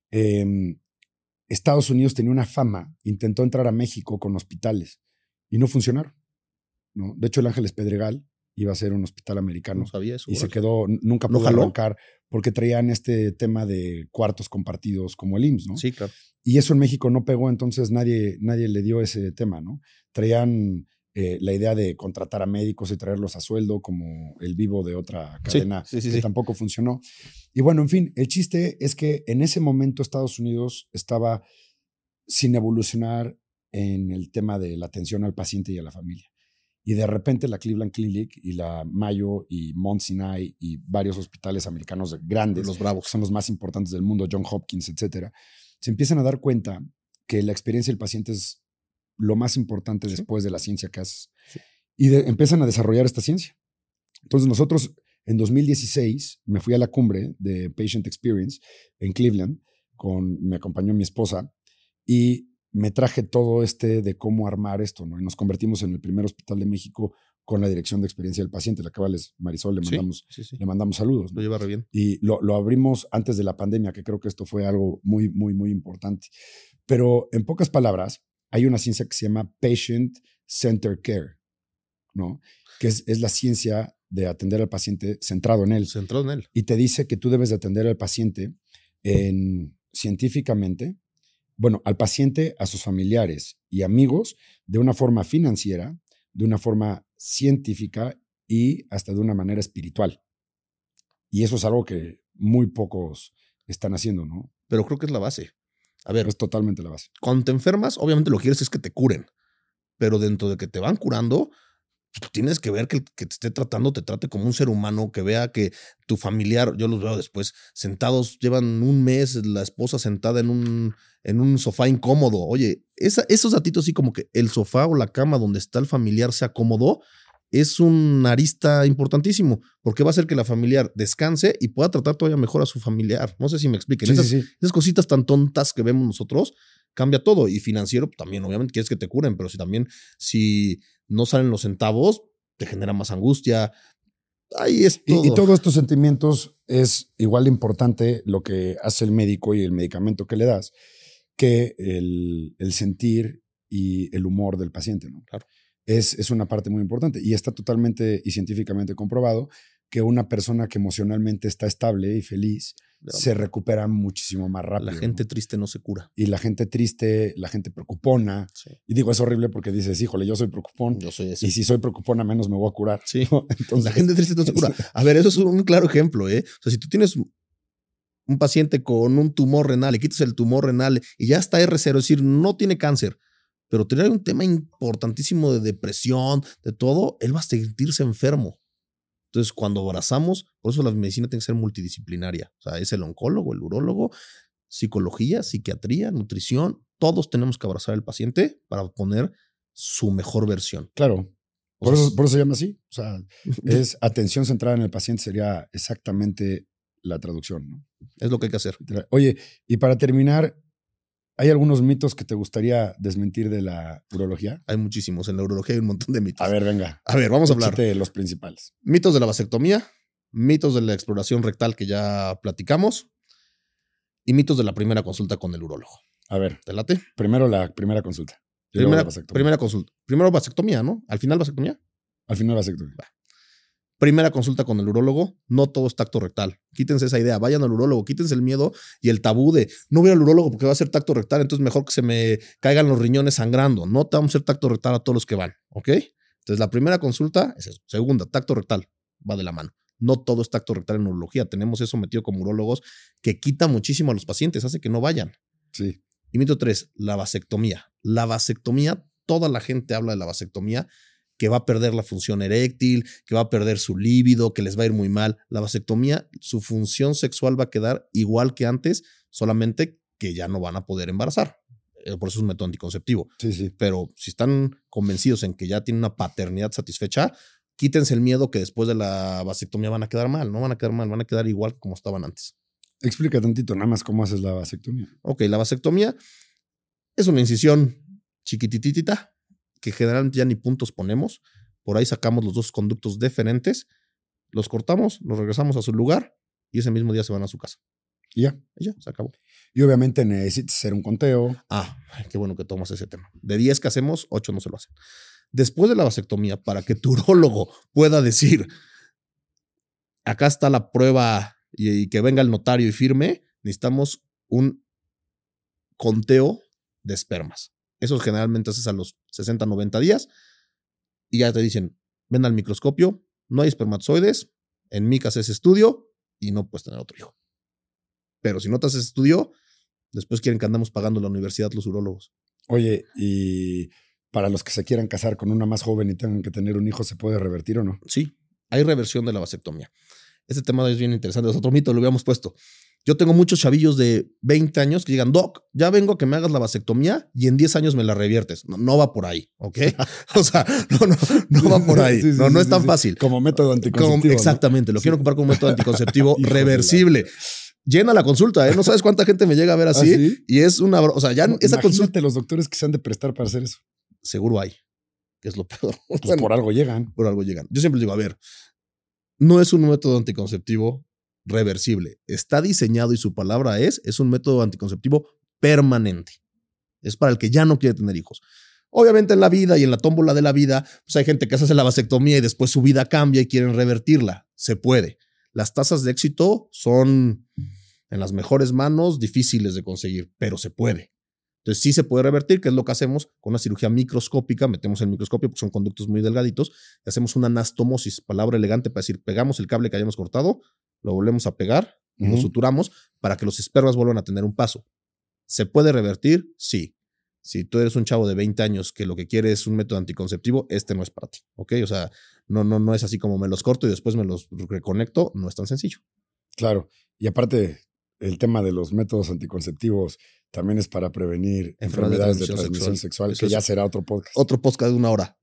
eh, Estados Unidos tenía una fama, intentó entrar a México con hospitales y no funcionaron, ¿no? De hecho, el Ángeles Pedregal iba a ser un hospital americano. No sabía eso. Y se quedó, nunca pudo arrancar porque traían este tema de cuartos compartidos como el I M S S, ¿no? Sí, claro. Y eso en México no pegó, entonces nadie, nadie le dio ese tema, ¿no? Traían eh, la idea de contratar a médicos y traerlos a sueldo como el Vivo de otra cadena sí, sí, sí, que sí. tampoco funcionó. Y bueno, en fin, el chiste es que en ese momento Estados Unidos estaba sin evolucionar en el tema de la atención al paciente y a la familia. Y de repente la Cleveland Clinic y la Mayo y Mount Sinai y varios hospitales americanos grandes, los bravos, que son los más importantes del mundo, John Hopkins, etcétera, se empiezan a dar cuenta que la experiencia del paciente es lo más importante sí. después de la ciencia que haces. Sí. Y de, empiezan a desarrollar esta ciencia. Entonces nosotros en dos mil dieciséis me fui a la cumbre de Patient Experience en Cleveland, con, me acompañó mi esposa y me traje todo este de cómo armar esto, ¿no? Y nos convertimos en el primer hospital de México con la dirección de experiencia del paciente. La cabales Marisol, le mandamos, sí, sí, sí. Le mandamos saludos, ¿no? Lo lleva re bien. Y lo, lo abrimos antes de la pandemia, que creo que esto fue algo muy, muy, muy importante. Pero en pocas palabras, hay una ciencia que se llama Patient Centered Care, ¿no? Que es, es la ciencia de atender al paciente centrado en él. Centrado en él. Y te dice que tú debes de atender al paciente en, científicamente, bueno, al paciente, a sus familiares y amigos de una forma financiera, de una forma científica y hasta de una manera espiritual. Y eso es algo que muy pocos están haciendo, ¿no? Pero creo que es la base. A ver. Es totalmente la base. Cuando te enfermas, obviamente lo que quieres es que te curen. Pero dentro de que te van curando, tienes que ver que el que te esté tratando te trate como un ser humano, que vea que tu familiar, yo los veo después, sentados, llevan un mes, la esposa sentada en un, en un sofá incómodo. Oye, esa, esos datitos así como que el sofá o la cama donde está el familiar se acomodó, es un arista importantísimo, porque va a hacer que la familiar descanse y pueda tratar todavía mejor a su familiar. No sé si me expliquen. Sí, esas, sí, sí. esas cositas tan tontas que vemos nosotros, cambia todo. Y financiero también, obviamente quieres que te curen, pero si también, si no salen los centavos, te genera más angustia. Ahí es todo. Y, y todos estos sentimientos es igual de importante lo que hace el médico y el medicamento que le das que el, el sentir y el humor del paciente, ¿no? Claro. Es, es una parte muy importante y está totalmente y científicamente comprobado que una persona que emocionalmente está estable y feliz Claro. se recupera muchísimo más rápido. La gente ¿no? triste no se cura. Y la gente triste, la gente preocupona. Sí. Y digo, es horrible porque dices, híjole, yo soy preocupón. Yo soy ese. Y si soy preocupona, menos me voy a curar. Sí. ¿no? Entonces, la gente triste no se cura. A ver, eso es un claro ejemplo, ¿eh? O sea, si tú tienes un paciente con un tumor renal, le quitas el tumor renal y ya está erre cero, es decir, no tiene cáncer, pero tiene un tema importantísimo de depresión, de todo, él va a sentirse enfermo. Entonces, cuando abrazamos, por eso la medicina tiene que ser multidisciplinaria. O sea, es el oncólogo, el urólogo, psicología, psiquiatría, nutrición, todos tenemos que abrazar al paciente para poner su mejor versión. Claro. Por, O sea, eso, por eso se llama así. O sea, es atención centrada en el paciente, sería exactamente la traducción, ¿no? Es lo que hay que hacer. Oye, y para terminar, ¿hay algunos mitos que te gustaría desmentir de la urología? Hay muchísimos. En la urología hay un montón de mitos. A ver, venga. A ver, vamos a hablar. Échate los principales. Mitos de la vasectomía, mitos de la exploración rectal que ya platicamos y mitos de la primera consulta con el urólogo. A ver, ¿Te late? primero la primera consulta. y luego Primera, la vasectomía. primera consulta. Primero vasectomía, ¿no? Al final vasectomía. Al final vasectomía. Primera consulta con el urólogo, no todo es tacto rectal. Quítense esa idea, vayan al urólogo, quítense el miedo y el tabú de no voy al urólogo porque va a ser tacto rectal, entonces mejor que se me caigan los riñones sangrando. No te vamos a hacer tacto rectal a todos los que van, ¿ok? Entonces la primera consulta es eso. Segunda, tacto rectal, va de la mano. No todo es tacto rectal en urología. Tenemos eso metido como urólogos que quita muchísimo a los pacientes, hace que no vayan. Sí. Y mito tres, la vasectomía. La vasectomía, toda la gente habla de la vasectomía, que va a perder la función eréctil, que va a perder su líbido, que les va a ir muy mal. La vasectomía, su función sexual va a quedar igual que antes, solamente que ya no van a poder embarazar. Por eso es un método anticonceptivo. Sí, sí. Pero si están convencidos en que ya tienen una paternidad satisfecha, quítense el miedo que después de la vasectomía van a quedar mal. No van a quedar mal, van a quedar igual como estaban antes. Explica tantito nada más cómo haces la vasectomía. Ok, la vasectomía es una incisión chiquititita que generalmente ya ni puntos ponemos. Por ahí sacamos los dos conductos deferentes, los cortamos, los regresamos a su lugar y ese mismo día se van a su casa. Y ya. Y ya, se acabó. Y obviamente necesitas hacer un conteo. Ah, qué bueno que tomas ese tema. De diez que hacemos, ocho no se lo hacen. Después de la vasectomía, para que tu urólogo pueda decir, acá está la prueba y, y que venga el notario y firme, necesitamos un conteo de espermas. Eso generalmente haces a los sesenta, noventa días y ya te dicen, ven al microscopio, no hay espermatozoides, en micas ese estudio y no puedes tener otro hijo. Pero si no te haces estudio, después quieren que andamos pagando la universidad los urólogos. Oye, y para los que se quieran casar con una más joven y tengan que tener un hijo, ¿se puede revertir o no? Sí, hay reversión de la vasectomía. Este tema es bien interesante. Es otro mito, lo habíamos puesto. Yo tengo muchos chavillos de veinte años que digan, Doc, ya vengo a que me hagas la vasectomía y en diez años me la reviertes. No, no va por ahí, ¿ok? O sea, no, no, no va por ahí. Sí, sí, no, sí, no sí, es tan sí. fácil. Como método anticonceptivo. Como, exactamente, ¿no? lo Sí. quiero ocupar como método anticonceptivo Hijo de reversible. la... Llena la consulta, ¿eh? No sabes cuánta gente me llega a ver así. ¿Ah, sí? Y es una... O sea, ya No, esa imagínate consulta... los doctores que se han de prestar para hacer eso. Seguro hay, que es lo peor. Pues Bueno, por algo llegan. por algo llegan. Yo siempre digo, a ver, no es un método anticonceptivo reversible. Está diseñado y su palabra es, es un método anticonceptivo permanente. Es para el que ya no quiere tener hijos. Obviamente en la vida y en la tómbola de la vida, pues hay gente que se hace la vasectomía y después su vida cambia y quieren revertirla. Se puede. Las tasas de éxito son en las mejores manos, difíciles de conseguir, pero se puede. Entonces sí se puede revertir, que es lo que hacemos con una cirugía microscópica. Metemos el microscopio porque son conductos muy delgaditos y hacemos una anastomosis, palabra elegante para decir, pegamos el cable que hayamos cortado, lo volvemos a pegar y Uh-huh. lo suturamos para que los espermas vuelvan a tener un paso. ¿Se puede revertir? Sí. Si tú eres un chavo de veinte años que lo que quiere es un método anticonceptivo, este no es para ti, ¿ok? O sea, no, no, no es así como me los corto y después me los reconecto, no es tan sencillo. Claro. Y aparte, el tema de los métodos anticonceptivos también es para prevenir enfermedades de transmisión sexual, Eso que es ya será otro podcast. otro podcast de una hora.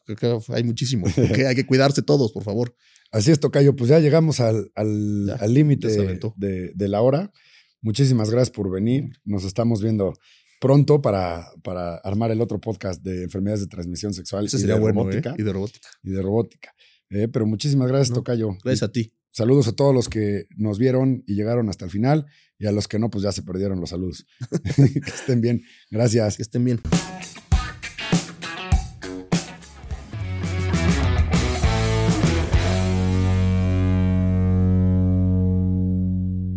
Hay muchísimo, ¿ok? Hay que cuidarse todos, por favor. Así es, Tocayo. Pues ya llegamos al al, Ya, al límite ya se aventó. de, de la hora. Muchísimas gracias por venir. Nos estamos viendo pronto para, para armar el otro podcast de enfermedades de transmisión sexual Ese y, sería de bueno, robótica, ¿eh? Y de robótica. y de robótica. Eh, pero muchísimas gracias, No, Tocayo. Gracias a ti. Saludos a todos los que nos vieron y llegaron hasta el final y a los que no, pues ya se perdieron los saludos. Que estén bien. Gracias. Que estén bien.